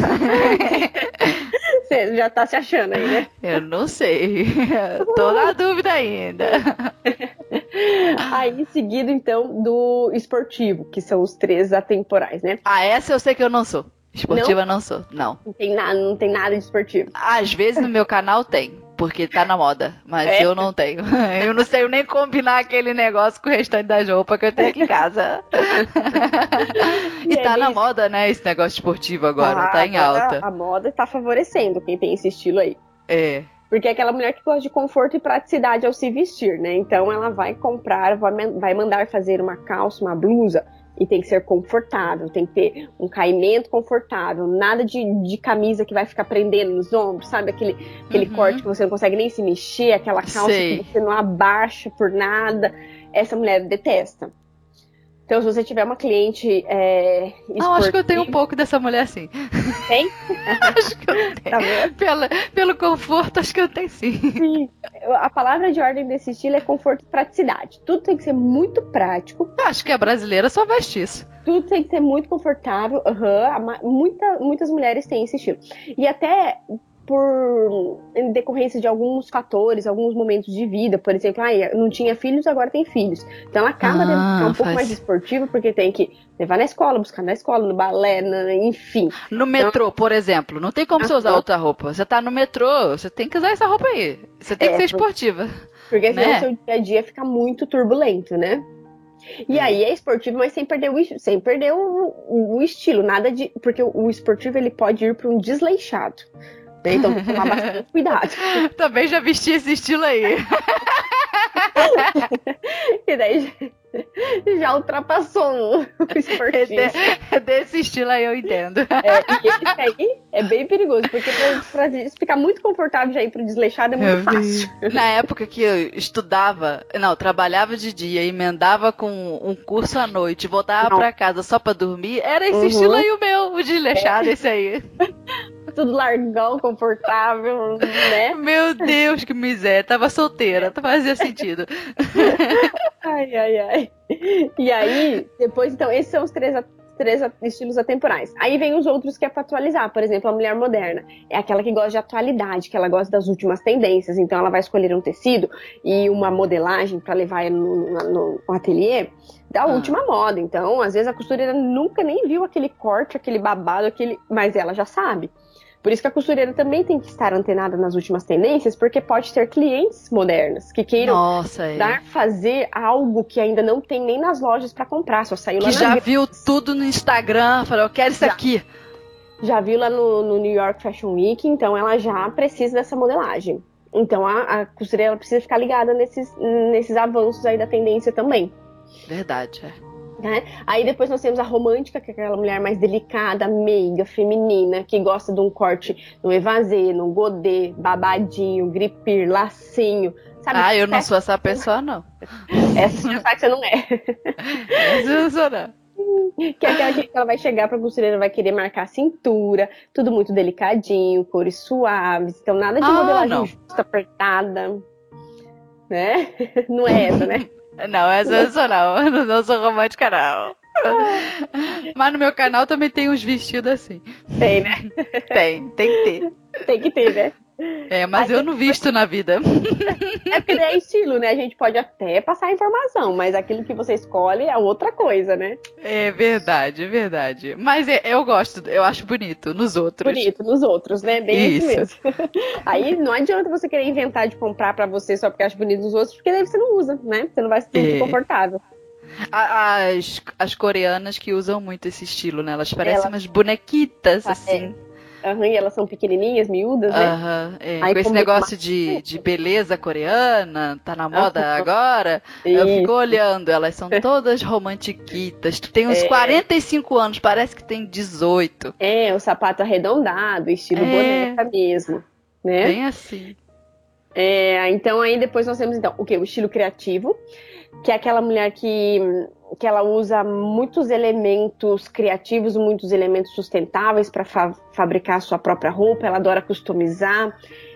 Você já tá se achando aí, né? Eu não sei. Tô na dúvida ainda. Aí, seguido, então, do esportivo, que são os três atemporais, né? Ah, essa eu sei que eu não sou. Esportiva não, não sou, não. Não tem, nada, não tem nada de esportivo. Às vezes no meu canal tem, porque tá na moda, mas é. eu não tenho. Eu não sei nem combinar aquele negócio com o restante das roupas que eu tenho aqui em casa. E, e tá é na moda, né, esse negócio esportivo agora, ah, tá em alta. A moda tá favorecendo quem tem esse estilo aí. É. Porque é aquela mulher que gosta de conforto e praticidade ao se vestir, né? Então ela vai comprar, vai mandar fazer uma calça, uma blusa, e tem que ser confortável, tem que ter um caimento confortável, nada de, de camisa que vai ficar prendendo nos ombros, sabe? Aquele, aquele uhum. corte que você não consegue nem se mexer, aquela calça Sei. que você não abaixa por nada. Essa mulher detesta. Então, se você tiver uma cliente é, esportiva... Não, acho que eu tenho um pouco dessa mulher, sim. Tem? Acho que eu tenho. Tá vendo? Pela, pelo conforto, acho que eu tenho, sim. Sim. A palavra de ordem desse estilo é conforto e praticidade. Tudo tem que ser muito prático. Acho que a brasileira só veste isso. Tudo tem que ser muito confortável. Uhum. Muita, muitas mulheres têm esse estilo. E até... por em decorrência de alguns fatores, alguns momentos de vida. Por exemplo, ah, não tinha filhos, agora tem filhos. Então ela acaba Ah, de ficar um pouco faz- mais esportiva, porque tem que levar na escola, buscar na escola, no balé, na- enfim. No metrô, por exemplo, não tem como você usar Aham. outra roupa. Você tá no metrô, você tem que usar essa roupa aí. Você tem É, que ser porque- esportiva. Porque senão Né? o seu dia a dia fica muito turbulento, né? E É. aí é esportivo, mas sem perder o, es- sem perder o, o- o estilo, nada de. Porque o, o esportivo ele pode ir para um desleixado. Né? Então tem que tomar bastante cuidado. Também já vesti esse estilo aí. E daí já, já ultrapassou o É esportivo. de- é desse estilo aí eu entendo. É, e esse aí é bem perigoso, porque pra, pra ficar muito confortável já ir pro desleixado é muito Eu fácil. Na época que eu estudava, não, trabalhava de dia, emendava com um curso à noite, voltava Não. pra casa só pra dormir, era esse Uhum. estilo aí o meu, o desleixado esse aí. Tudo largão, confortável, né? Meu Deus, que miséria, tava solteira, fazia sentido. Ai, ai, ai. E aí, depois, então, esses são os três, a- três a- estilos atemporais. Aí vem os outros que é pra atualizar. Por exemplo, a mulher moderna. É aquela que gosta de atualidade, que ela gosta das últimas tendências. Então, ela vai escolher um tecido e uma modelagem pra levar no, no, no ateliê da Ah. última moda. Então, às vezes, a costureira nunca nem viu aquele corte, aquele babado, aquele... mas ela já sabe. Por isso que a costureira também tem que estar antenada nas últimas tendências, porque pode ter clientes modernos que queiram Nossa, é. dar fazer algo que ainda não tem nem nas lojas pra comprar, só saiu lá Que na já gringa. viu tudo no Instagram, falou, eu quero isso Já. aqui. Já viu lá no, no New York Fashion Week, então ela já precisa dessa modelagem. Então a, a costureira ela precisa ficar ligada nesses, nesses avanços aí da tendência também. Verdade, é. Né? Aí depois nós temos a romântica, que é aquela mulher mais delicada, meiga, feminina, que gosta de um corte no evasê, no godê, babadinho, gripir, lacinho. Sabe? Ah, eu não sou essa pessoa, não. Essa você sabe que você não é. Essa eu não sou, não. Que é aquela que ela vai chegar pra costureira, vai querer marcar a cintura, tudo muito delicadinho, cores suaves, então nada de Ah, modelagem não. justa, apertada, né? Não é essa, né? Não, essa eu não sou, não. Eu não- não sou romântica, não. Mas no meu canal também tem uns vestidos assim. Tem, né? Tem, tem que ter. Tem que ter, né? É, mas eu não visto na vida. É porque é estilo, né? A gente pode até passar a informação, mas aquilo que você escolhe é outra coisa, né? É verdade, é verdade. Mas é- eu gosto, eu acho bonito nos outros. Bonito nos outros, né? Bem isso Isso. mesmo. Aí não adianta você querer inventar de comprar pra você só porque acha bonito nos outros, porque daí você não usa, né? Você não vai se sentir É. confortável. A- As, as coreanas que usam muito esse estilo, né? Elas parecem Elas- umas bonequitas, Ah, assim. Aham, e elas são pequenininhas, miúdas, né? Aham, é. Aí Com esse como- negócio de, de beleza coreana, tá na moda Aham. agora. Eu Isso. fico olhando, elas são todas romantiquitas. Tu tem uns É. quarenta e cinco anos, parece que tem dezoito. É, o sapato arredondado, estilo É. boneca mesmo, né? Bem assim. É, então aí depois nós temos então o que? O estilo criativo, que é aquela mulher que, que ela usa muitos elementos criativos, muitos elementos sustentáveis para fa- fabricar a sua própria roupa. Ela adora customizar.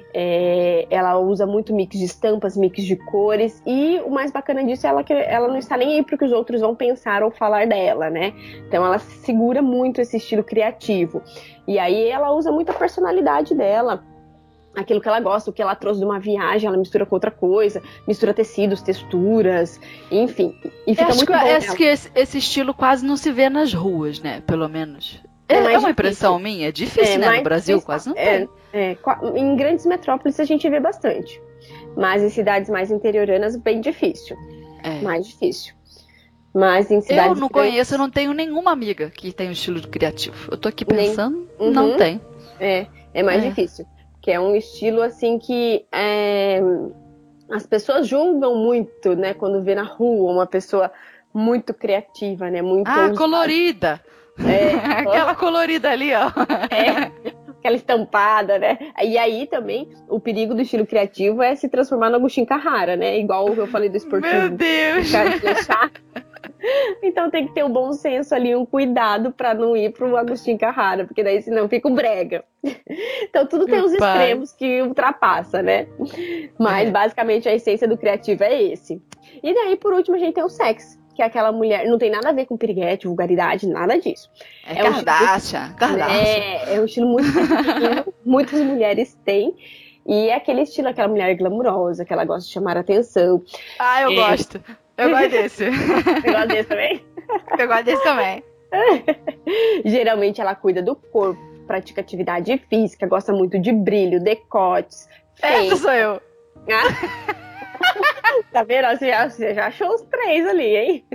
É, ela usa muito mix de estampas, mix de cores, e o mais bacana disso é ela que ela não está nem aí para o que os outros vão pensar ou falar dela, né? Então ela segura muito esse estilo criativo. E aí ela usa muito a personalidade dela, aquilo que ela gosta, o que ela trouxe de uma viagem, ela mistura com outra coisa, mistura tecidos, texturas, enfim. E fica acho muito que, bom. acho nela. que esse, esse estilo quase não se vê nas ruas, né? Pelo menos. É É, mais é uma difícil. impressão minha. É difícil, É, né? mais No Brasil difícil. quase não É, tem. é, qua- em grandes metrópoles a gente vê bastante, mas em cidades mais interioranas bem difícil, É. mais difícil. Mas em Eu cidades não grandes- conheço, eu não tenho nenhuma amiga que tenha um estilo criativo. Eu tô aqui Nem- pensando, Uhum. não tem. É, é mais É. difícil. Que é um estilo assim que é, as pessoas julgam muito, né? Quando vê na rua uma pessoa muito criativa, né? Muito Ah, ousada. colorida. É, Aquela colorida ali, ó. é, aquela estampada, né? E aí também o perigo do estilo criativo é se transformar no Agostinho Carrara, né? Igual eu falei do esportivo. Meu Deus. Cara, deixar. Então tem que ter um bom senso ali, um cuidado pra não ir pro Agostinho Carrara, porque daí senão fica o brega. Então tudo tem Meu os pai. extremos que ultrapassa, né? Mas É. basicamente a essência do criativo é esse. E daí por último a gente tem o sexy, que é aquela mulher, não tem nada a ver com piriguete, vulgaridade, nada disso. É, É um Kardashian, Kardashian. É, é um estilo muito feminino, muitas mulheres têm. E é aquele estilo, aquela mulher glamurosa, que ela gosta de chamar a atenção. Ah, eu É. gosto. Eu gosto desse. Você gosta desse também? Eu gosto desse também. Geralmente ela cuida do corpo, pratica atividade física, gosta muito de brilho, decotes. Essa feitos. sou eu. Tá vendo? Você já, você já achou os três ali, hein?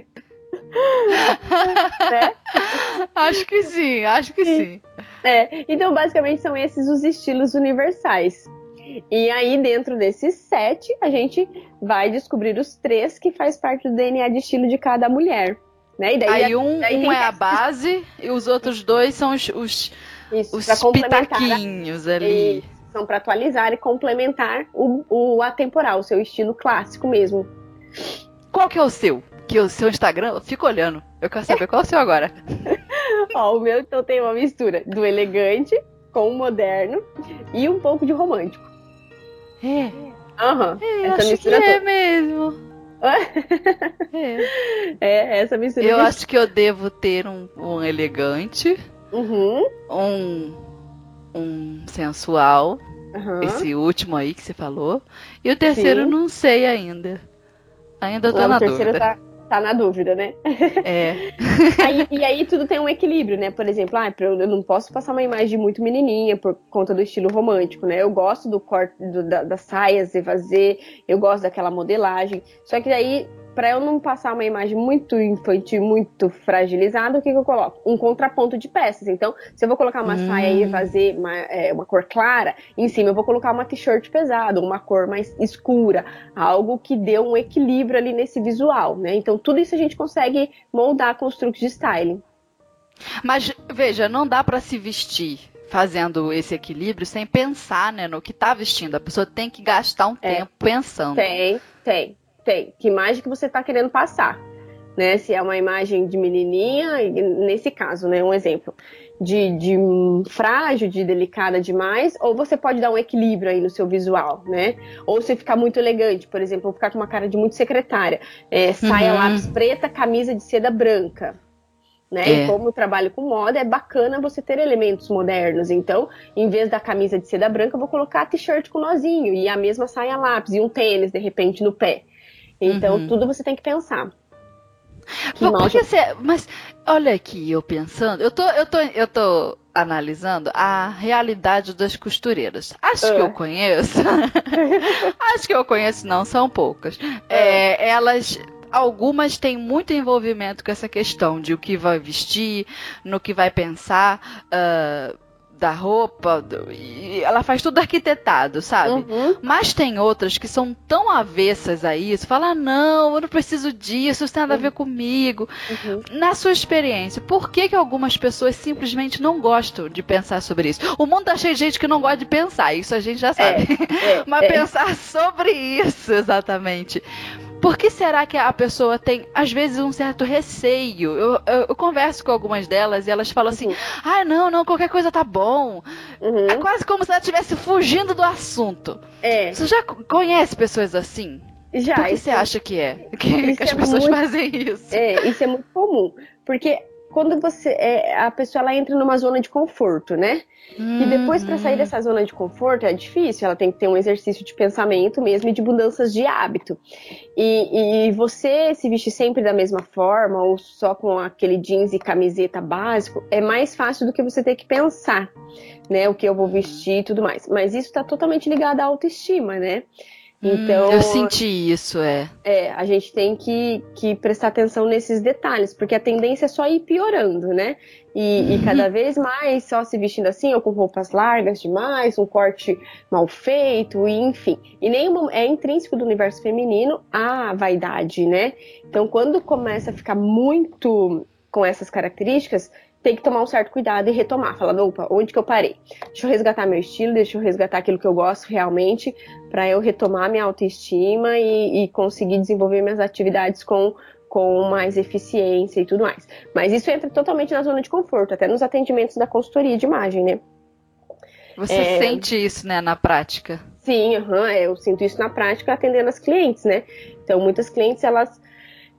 Né? Acho que sim, acho que sim. É, então, basicamente, são esses os estilos universais. E aí, dentro desses sete, a gente vai descobrir os três que faz parte do D N A de estilo de cada mulher. Né? E daí, Aí um, daí um tem é a que- base e os outros dois são os, os, Isso, os pra complementar a- pitaquinhos ali. E são para atualizar e complementar o, o atemporal, o seu estilo clássico mesmo. Qual que é o seu? Que o seu Instagram, eu fico olhando. Eu quero saber qual é o seu agora. Ó, o meu então tem uma mistura do elegante com o moderno e um pouco de romântico. É, Aham, é, essa acho que mistura é toda. mesmo. É. É, essa mistura. Eu de- acho que eu devo ter um, um elegante, Uhum, um, um sensual, aham. esse último aí que você falou, e o terceiro Sim. não sei ainda. Ainda tô Lá no na terceiro dúvida. tá, tá na dúvida, né? É. Aí- e aí tudo tem um equilíbrio, né? Por exemplo, ah, eu não posso passar uma imagem muito menininha por conta do estilo romântico, né? Eu gosto do corte do- da- das saias evasê, eu gosto daquela modelagem. Só que daí, pra eu não passar uma imagem muito infantil, muito fragilizada, o que, que eu coloco? Um contraponto de peças. Então, se eu vou colocar uma Hum. saia evasê, uma, é, uma cor clara, em cima eu vou colocar uma t-shirt pesada, uma cor mais escura, algo que dê um equilíbrio ali nesse visual, né? Então, tudo isso a gente consegue moldar com os truques de styling. Mas, veja, não dá pra se vestir fazendo esse equilíbrio sem pensar, né, no que tá vestindo. A pessoa tem que gastar um É. tempo pensando. Tem, tem, tem. Que imagem que você tá querendo passar, né? Se é uma imagem de menininha, e nesse caso, né, um exemplo, de, de hum, frágil, de delicada demais, ou você pode dar um equilíbrio aí no seu visual, né? Ou você ficar muito elegante, por exemplo, ficar com uma cara de muito secretária, é, saia Uhum. lápis preta, camisa de seda branca. Né? É. E como eu trabalho com moda, é bacana você ter elementos modernos. Então, em vez da camisa de seda branca, eu vou colocar a t-shirt com nozinho e a mesma saia lápis e um tênis, de repente, no pé. Então, Uhum. tudo você tem que pensar. Que Por, mal por que você- mas olha aqui, eu pensando, eu tô, eu tô, eu tô analisando a realidade das costureiras. Acho Ah. que eu conheço. Acho que eu conheço, não, são poucas. É, elas. Algumas têm muito envolvimento com essa questão de o que vai vestir, no que vai pensar, ah, da roupa, do- e ela faz tudo arquitetado, sabe? Uhum. Mas tem outras que são tão avessas a isso, fala, não, eu não preciso disso, isso tem nada a ver comigo. Uhum. Na sua experiência, por que que algumas pessoas simplesmente não gostam de pensar sobre isso? O mundo tá cheio de gente que não gosta de pensar, isso a gente já sabe. É, Mas é. pensar sobre isso, exatamente. Por que será que a pessoa tem, às vezes, um certo receio? Eu, eu, eu converso com algumas delas e elas falam assim, Uhum. ah, não, não, qualquer coisa tá bom. Uhum. É quase como se ela estivesse fugindo do assunto. É, Você já co- conhece pessoas assim? já. Por que isso você acha que é? Que, isso que as é pessoas muito- fazem isso? É, isso é muito comum. Porque quando você. É, a pessoa ela entra numa zona de conforto, né? E depois, para sair Uhum. dessa zona de conforto, é difícil. Ela tem que ter um exercício de pensamento mesmo e de mudanças de hábito. E, e você se vestir sempre da mesma forma, ou só com aquele jeans e camiseta básico, é mais fácil do que você ter que pensar, né? O que eu vou vestir e tudo mais. Mas isso está totalmente ligado à autoestima, né? Então, Hum, eu senti isso, é. é, a gente tem que, que prestar atenção nesses detalhes, porque a tendência é só ir piorando, né? E, e cada vez mais só se vestindo assim, ou com roupas largas demais, um corte mal feito, e enfim. E nenhum, é intrínseco do universo feminino a vaidade, né? Então, quando começa a ficar muito com essas características, tem que tomar um certo cuidado e retomar. Falar, opa, onde que eu parei? Deixa eu resgatar meu estilo, deixa eu resgatar aquilo que eu gosto realmente, para eu retomar minha autoestima e, e conseguir desenvolver minhas atividades com, com mais eficiência e tudo mais. Mas isso entra totalmente na zona de conforto, até nos atendimentos da consultoria de imagem, né? Você É. sente isso, né, na prática? Sim, uhum, eu sinto isso na prática atendendo as clientes, né? Então, muitas clientes, elas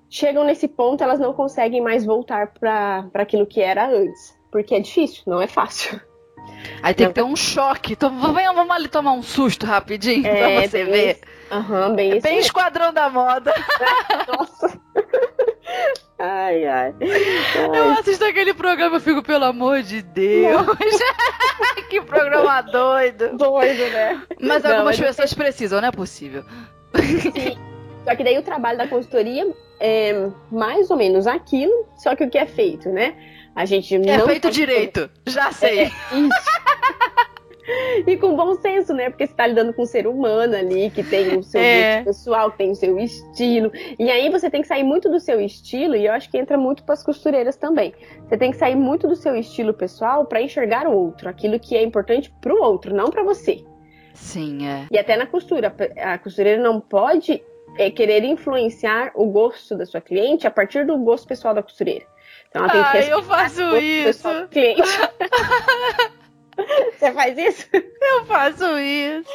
chegam nesse ponto, elas não conseguem mais voltar para aquilo que era antes. Porque é difícil, não é fácil. Aí tem não. que ter um choque. Então, vamos ali tomar um susto rapidinho é, pra você ver. Aham, uhum, bem é isso. Bem Esquadrão da Moda. Nossa. Ai, ai. Eu assisto aquele programa e fico, pelo amor de Deus. Que programa doido. Doido, né? Mas não, algumas mas pessoas eu... precisam, não é possível. Sim. Só que daí o trabalho da consultoria é mais ou menos aquilo, só que o que é feito, né? A gente é não feito direito, fazer... já sei. É, isso. E com bom senso, né? Porque você tá lidando com um ser humano ali, que tem o seu é. jeito pessoal, que tem o seu estilo. E aí você tem que sair muito do seu estilo, e eu acho que entra muito pras costureiras também. Você tem que sair muito do seu estilo pessoal para enxergar o outro, aquilo que é importante pro outro, não para você. Sim, é. E até na costura, a costureira não pode é, querer influenciar o gosto da sua cliente a partir do gosto pessoal da costureira. Então ela tem Ai, que eu faço isso. Cliente. Você faz isso? Eu faço isso.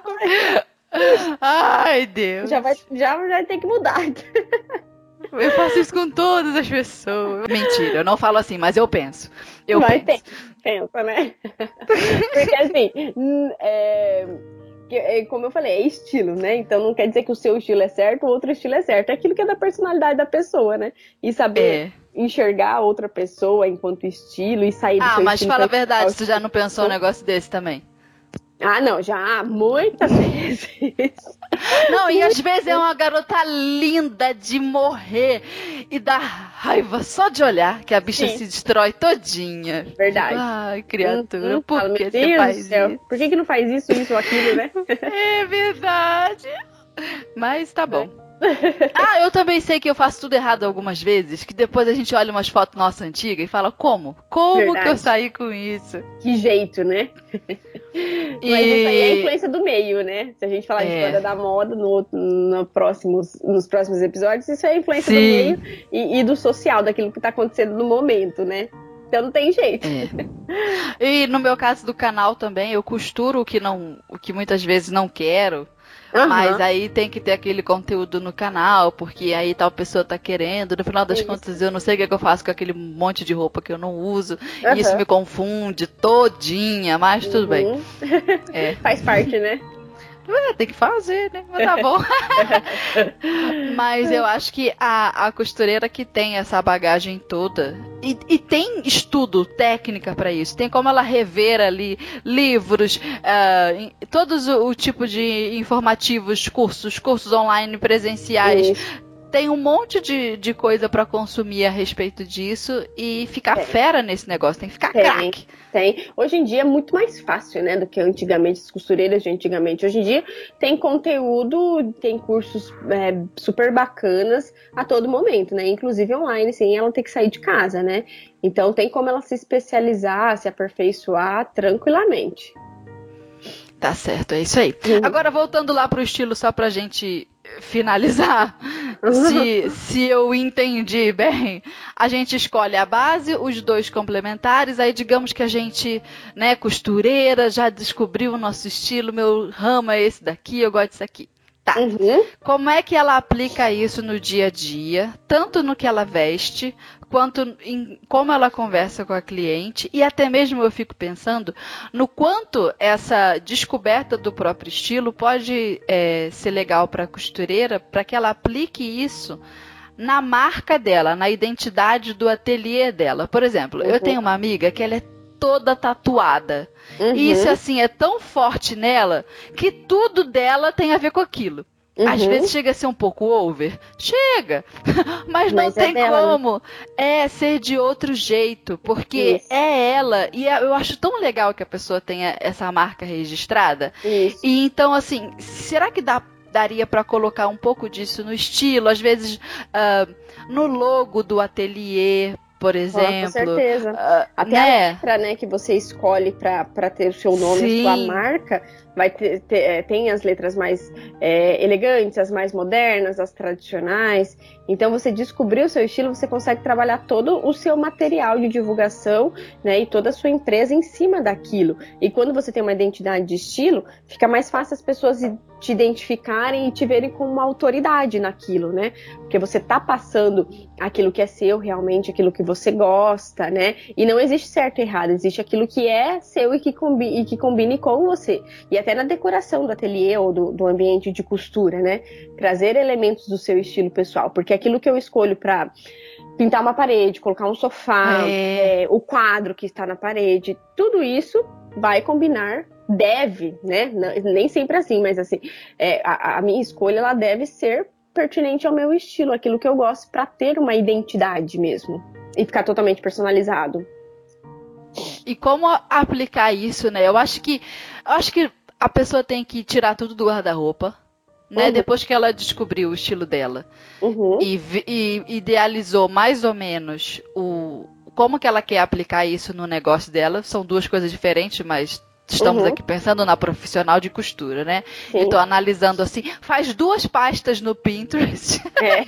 Ai, Deus. Já vai, já vai ter que mudar. Eu faço isso com todas as pessoas. Mentira, eu não falo assim, mas eu penso. Eu Vai penso. Ter, pensa, né? Porque assim, é, é, como eu falei, é estilo, né? Então não quer dizer que o seu estilo é certo, o outro estilo é certo. É aquilo que é da personalidade da pessoa, né? E saber... É. Enxergar a outra pessoa enquanto estilo e sair do ah, seu mas estilo. Fala a verdade, tu já não pensou um negócio desse também? Ah, não, já muitas vezes. Não, e às vezes é uma garota linda de morrer e dá raiva só de olhar, que a bicha Sim. se destrói todinha. Verdade. Ai, criatura, uhum. por Fala, que meu você Deus faz do céu. isso? Por que que não faz isso, isso ou aquilo, né? É verdade. Mas tá bom. Ah, eu também sei que eu faço tudo errado algumas vezes, que depois a gente olha umas fotos nossas antigas e fala, como? Como Verdade. que eu saí com isso? Que jeito, né? E... Mas isso aí é a influência do meio, né? Se a gente falar é. de história da moda no, no próximos, nos próximos episódios, isso é a influência Sim. do meio e, e do social, daquilo que tá acontecendo no momento, né? Então não tem jeito. É. E no meu caso do canal também, eu costuro o que, não, o que muitas vezes não quero. Uhum. Mas aí tem que ter aquele conteúdo no canal, porque aí tal pessoa tá querendo. No final das isso. contas, eu não sei o que, é que eu faço com aquele monte de roupa que eu não uso. Uhum. E isso me confunde todinha, mas tudo uhum. bem. É. Faz parte, né? É, tem que fazer, né? Mas tá bom. Mas eu acho que a, a costureira que tem essa bagagem toda, e, e tem estudo, técnica pra isso, tem como ela rever ali livros, uh, todos o, o tipo de informativos, cursos, cursos online presenciais. Isso. Tem um monte de, de coisa pra consumir a respeito disso e ficar tem. fera nesse negócio, tem que ficar tem, craque. Tem. Hoje em dia é muito mais fácil, né, do que antigamente, as costureiras de antigamente. Hoje em dia tem conteúdo, tem cursos é, super bacanas a todo momento, né, inclusive online, sem ela ter que sair de casa, né. Então tem como ela se especializar, se aperfeiçoar tranquilamente. Tá certo, é isso aí. Uhum. Agora, voltando lá pro estilo, só pra gente finalizar, se, se eu entendi bem, a gente escolhe a base, os dois complementares, aí digamos que a gente, né, costureira, já descobriu o nosso estilo, meu ramo é esse daqui, eu gosto disso aqui. Tá. Uhum. Como é que ela aplica isso no dia a dia, tanto no que ela veste, quanto em como ela conversa com a cliente, e até mesmo eu fico pensando no quanto essa descoberta do próprio estilo pode é, ser legal para a costureira, para que ela aplique isso na marca dela, na identidade do ateliê dela. Por exemplo, uhum. eu tenho uma amiga que ela é toda tatuada. Uhum. E isso, assim, é tão forte nela que tudo dela tem a ver com aquilo. Uhum. Às vezes chega a ser um pouco over. Chega! Mas não Mas tem é dela, como né? é ser de outro jeito. Porque Isso. é ela. E eu acho tão legal que a pessoa tenha essa marca registrada. Isso. E então, assim, será que dá... daria para colocar um pouco disso no estilo, às vezes uh, no logo do ateliê, por exemplo. Com certeza. Uh, Até né? a letra, né, que você escolhe para ter o seu nome, Sim. a sua marca, vai ter, ter, tem as letras mais é, elegantes, as mais modernas, as tradicionais. Então, você descobrir o seu estilo, você consegue trabalhar todo o seu material de divulgação, né, e toda a sua empresa em cima daquilo. E quando você tem uma identidade de estilo, fica mais fácil as pessoas te identificarem e te verem como uma autoridade naquilo, né? Porque você tá passando aquilo que é seu realmente, aquilo que você gosta, né? E não existe certo e errado, existe aquilo que é seu e que combine, e que combine com você. E até na decoração do ateliê ou do, do ambiente de costura, né? Trazer elementos do seu estilo pessoal, porque aquilo que eu escolho para pintar uma parede, colocar um sofá, É. É, o quadro que está na parede, tudo isso vai combinar, deve, né? Não, nem sempre assim, mas assim, é, a, a minha escolha ela deve ser pertinente ao meu estilo, aquilo que eu gosto, para ter uma identidade mesmo e ficar totalmente personalizado. E como aplicar isso, né? Eu acho que eu acho que a pessoa tem que tirar tudo do guarda-roupa, né? Uhum. Depois que ela descobriu o estilo dela Uhum. e, e idealizou mais ou menos o como que ela quer aplicar isso no negócio dela. São duas coisas diferentes, mas estamos Uhum. aqui pensando na profissional de costura, né? Sim. Então, analisando assim, faz duas pastas no Pinterest. É.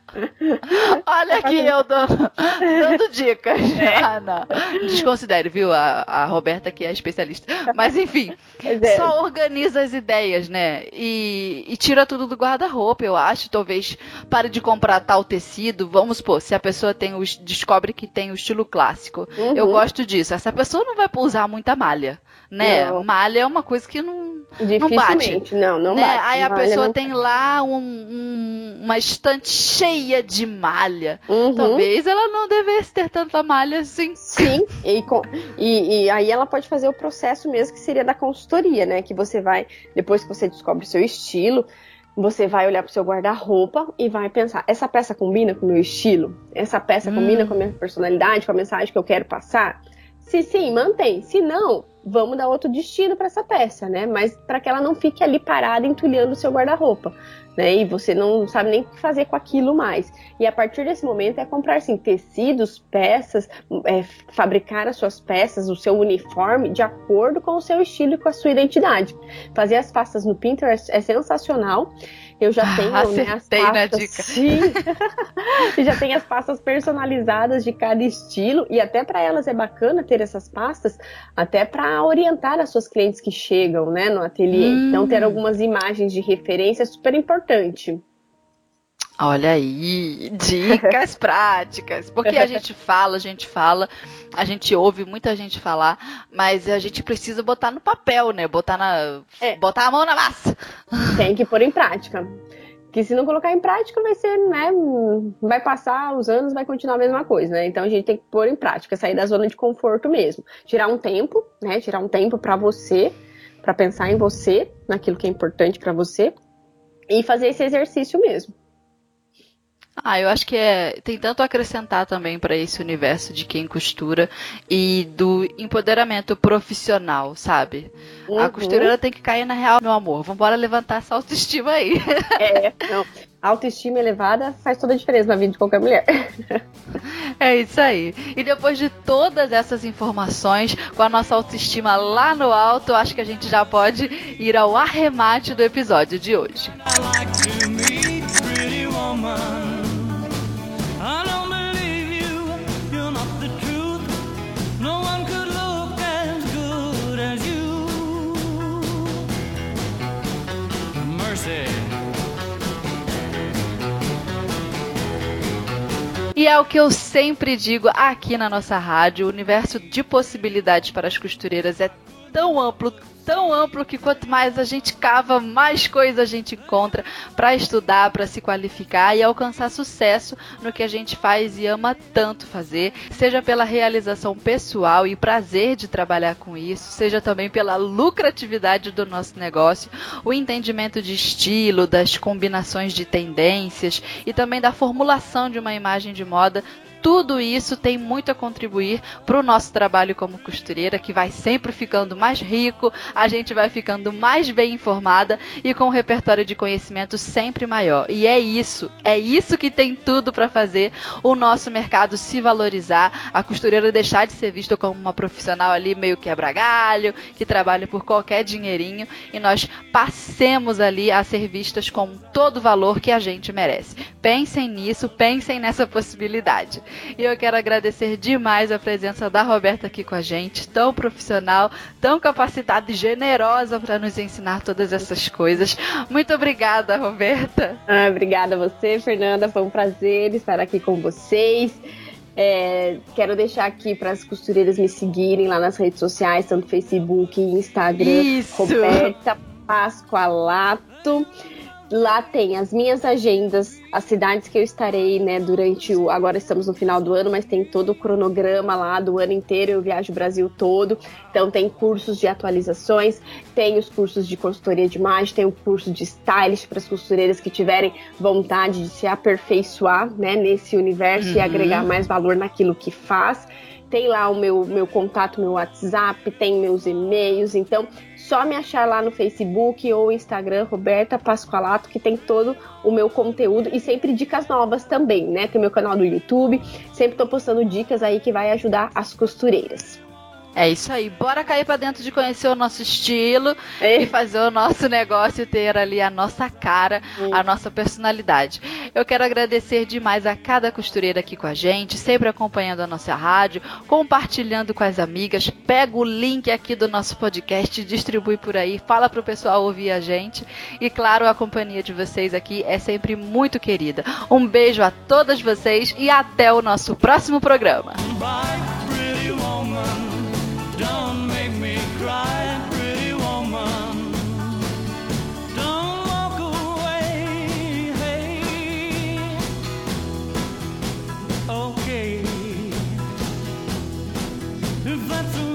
Olha aqui, eu dando, dando dicas. É. Ah, não. Desconsidere, viu? A, a Roberta que é especialista. Mas enfim, Mas é. só organiza as ideias, né? E, e tira tudo do guarda-roupa, eu acho. Talvez pare de comprar tal tecido. Vamos supor, se a pessoa tem o, descobre que tem o estilo clássico. Uhum. Eu gosto disso. Essa pessoa não vai usar muita malha, né? Não. Malha é uma coisa que não, não bate. Dificilmente, não, não Né? bate. Aí a Malha pessoa não- tem lá um- um- uma estante cheia de malha. Uhum. Talvez ela não devesse ter tanta malha assim. Sim, e, com- e- e aí ela pode fazer o processo mesmo que seria da consultoria, né? Que você vai, depois que você descobre o seu estilo, você vai olhar pro seu guarda-roupa e vai pensar, essa peça combina com o meu estilo? Essa peça Hum. combina com a minha personalidade, com a mensagem que eu quero passar? Se sim, mantém. Se não, vamos dar outro destino para essa peça, né? Mas para que ela não fique ali parada entulhando o seu guarda-roupa, né? E você não sabe nem o que fazer com aquilo mais. E a partir desse momento é comprar assim, tecidos, peças, é, fabricar as suas peças, o seu uniforme de acordo com o seu estilo e com a sua identidade. Fazer as pastas no Pinterest é sensacional. Eu já Ah, tenho, né, as acertei na pastas, dica. sim. Eu já tenho as pastas personalizadas de cada estilo e até para elas é bacana ter essas pastas, até para orientar as suas clientes que chegam, né, no ateliê. Hum. Então ter algumas imagens de referência é super importante. Olha aí, dicas práticas. Porque a gente fala, a gente fala, a gente ouve muita gente falar, mas a gente precisa botar no papel, né? Botar na, É. botar a mão na massa. Tem que pôr em prática. Que se não colocar em prática vai ser, né, vai passar os anos, vai continuar a mesma coisa, né? Então a gente tem que pôr em prática, sair da zona de conforto mesmo. Tirar um tempo, né? Tirar um tempo para você, para pensar em você, naquilo que é importante para você e fazer esse exercício mesmo. Ah, eu acho que é, tem tanto a acrescentar também para esse universo de quem costura e do empoderamento profissional, sabe? A Uhum. costureira tem que cair na real, meu amor. Vambora levantar essa autoestima aí. É, não. A autoestima elevada faz toda a diferença na vida de qualquer mulher. É isso aí. E depois de todas essas informações, com a nossa autoestima lá no alto, acho que a gente já pode ir ao arremate do episódio de hoje. I like to meet pretty woman. I don't believe you, you're not the truth. No one could look as good as you. Mercy. E é o que eu sempre digo aqui na nossa rádio, o universo de possibilidades para as costureiras é tão amplo, tão amplo que quanto mais a gente cava, mais coisa a gente encontra para estudar, para se qualificar e alcançar sucesso no que a gente faz e ama tanto fazer, seja pela realização pessoal e prazer de trabalhar com isso, seja também pela lucratividade do nosso negócio, o entendimento de estilo, das combinações de tendências e também da formulação de uma imagem de moda. tudo isso tem muito a contribuir para o nosso trabalho como costureira, que vai sempre ficando mais rico, a gente vai ficando mais bem informada e com um repertório de conhecimento sempre maior. E é isso, é isso que tem tudo para fazer o nosso mercado se valorizar, a costureira deixar de ser vista como uma profissional ali meio quebra-galho, que trabalha por qualquer dinheirinho, e nós passemos ali a ser vistas com todo o valor que a gente merece. Pensem nisso, pensem nessa possibilidade. E eu quero agradecer demais a presença da Roberta aqui com a gente, tão profissional, tão capacitada e generosa para nos ensinar todas essas coisas. Muito obrigada, Roberta. Ah, obrigada a você, Fernanda. Foi um prazer estar aqui com vocês. É, quero deixar aqui para as costureiras me seguirem lá nas redes sociais, tanto Facebook, Instagram, Isso. Roberta Pascoalato. Lá tem as minhas agendas, as cidades que eu estarei, né, durante o... Agora estamos no final do ano, mas tem todo o cronograma lá do ano inteiro, eu viajo o Brasil todo. Então tem cursos de atualizações, tem os cursos de consultoria de imagem, tem o curso de stylist para as costureiras que tiverem vontade de se aperfeiçoar, né, nesse universo, uhum, e agregar mais valor naquilo que faz. Tem lá o meu, meu contato, meu WhatsApp, tem meus e-mails, então só me achar lá no Facebook ou Instagram, Roberta Pascoalato, que tem todo o meu conteúdo e sempre dicas novas também, né? Tem meu canal do YouTube, sempre tô postando dicas aí que vai ajudar as costureiras. É isso aí, bora cair pra dentro de conhecer o nosso estilo é. e fazer o nosso negócio ter ali a nossa cara, hum. a nossa personalidade. Eu quero agradecer demais a cada costureira aqui com a gente, sempre acompanhando a nossa rádio, compartilhando com as amigas, pega o link aqui do nosso podcast, distribui por aí, fala pro pessoal ouvir a gente e claro, a companhia de vocês aqui é sempre muito querida. Um beijo a todas vocês e até o nosso próximo programa. Don't make me cry, pretty woman. Don't walk away, hey. Okay, if that's the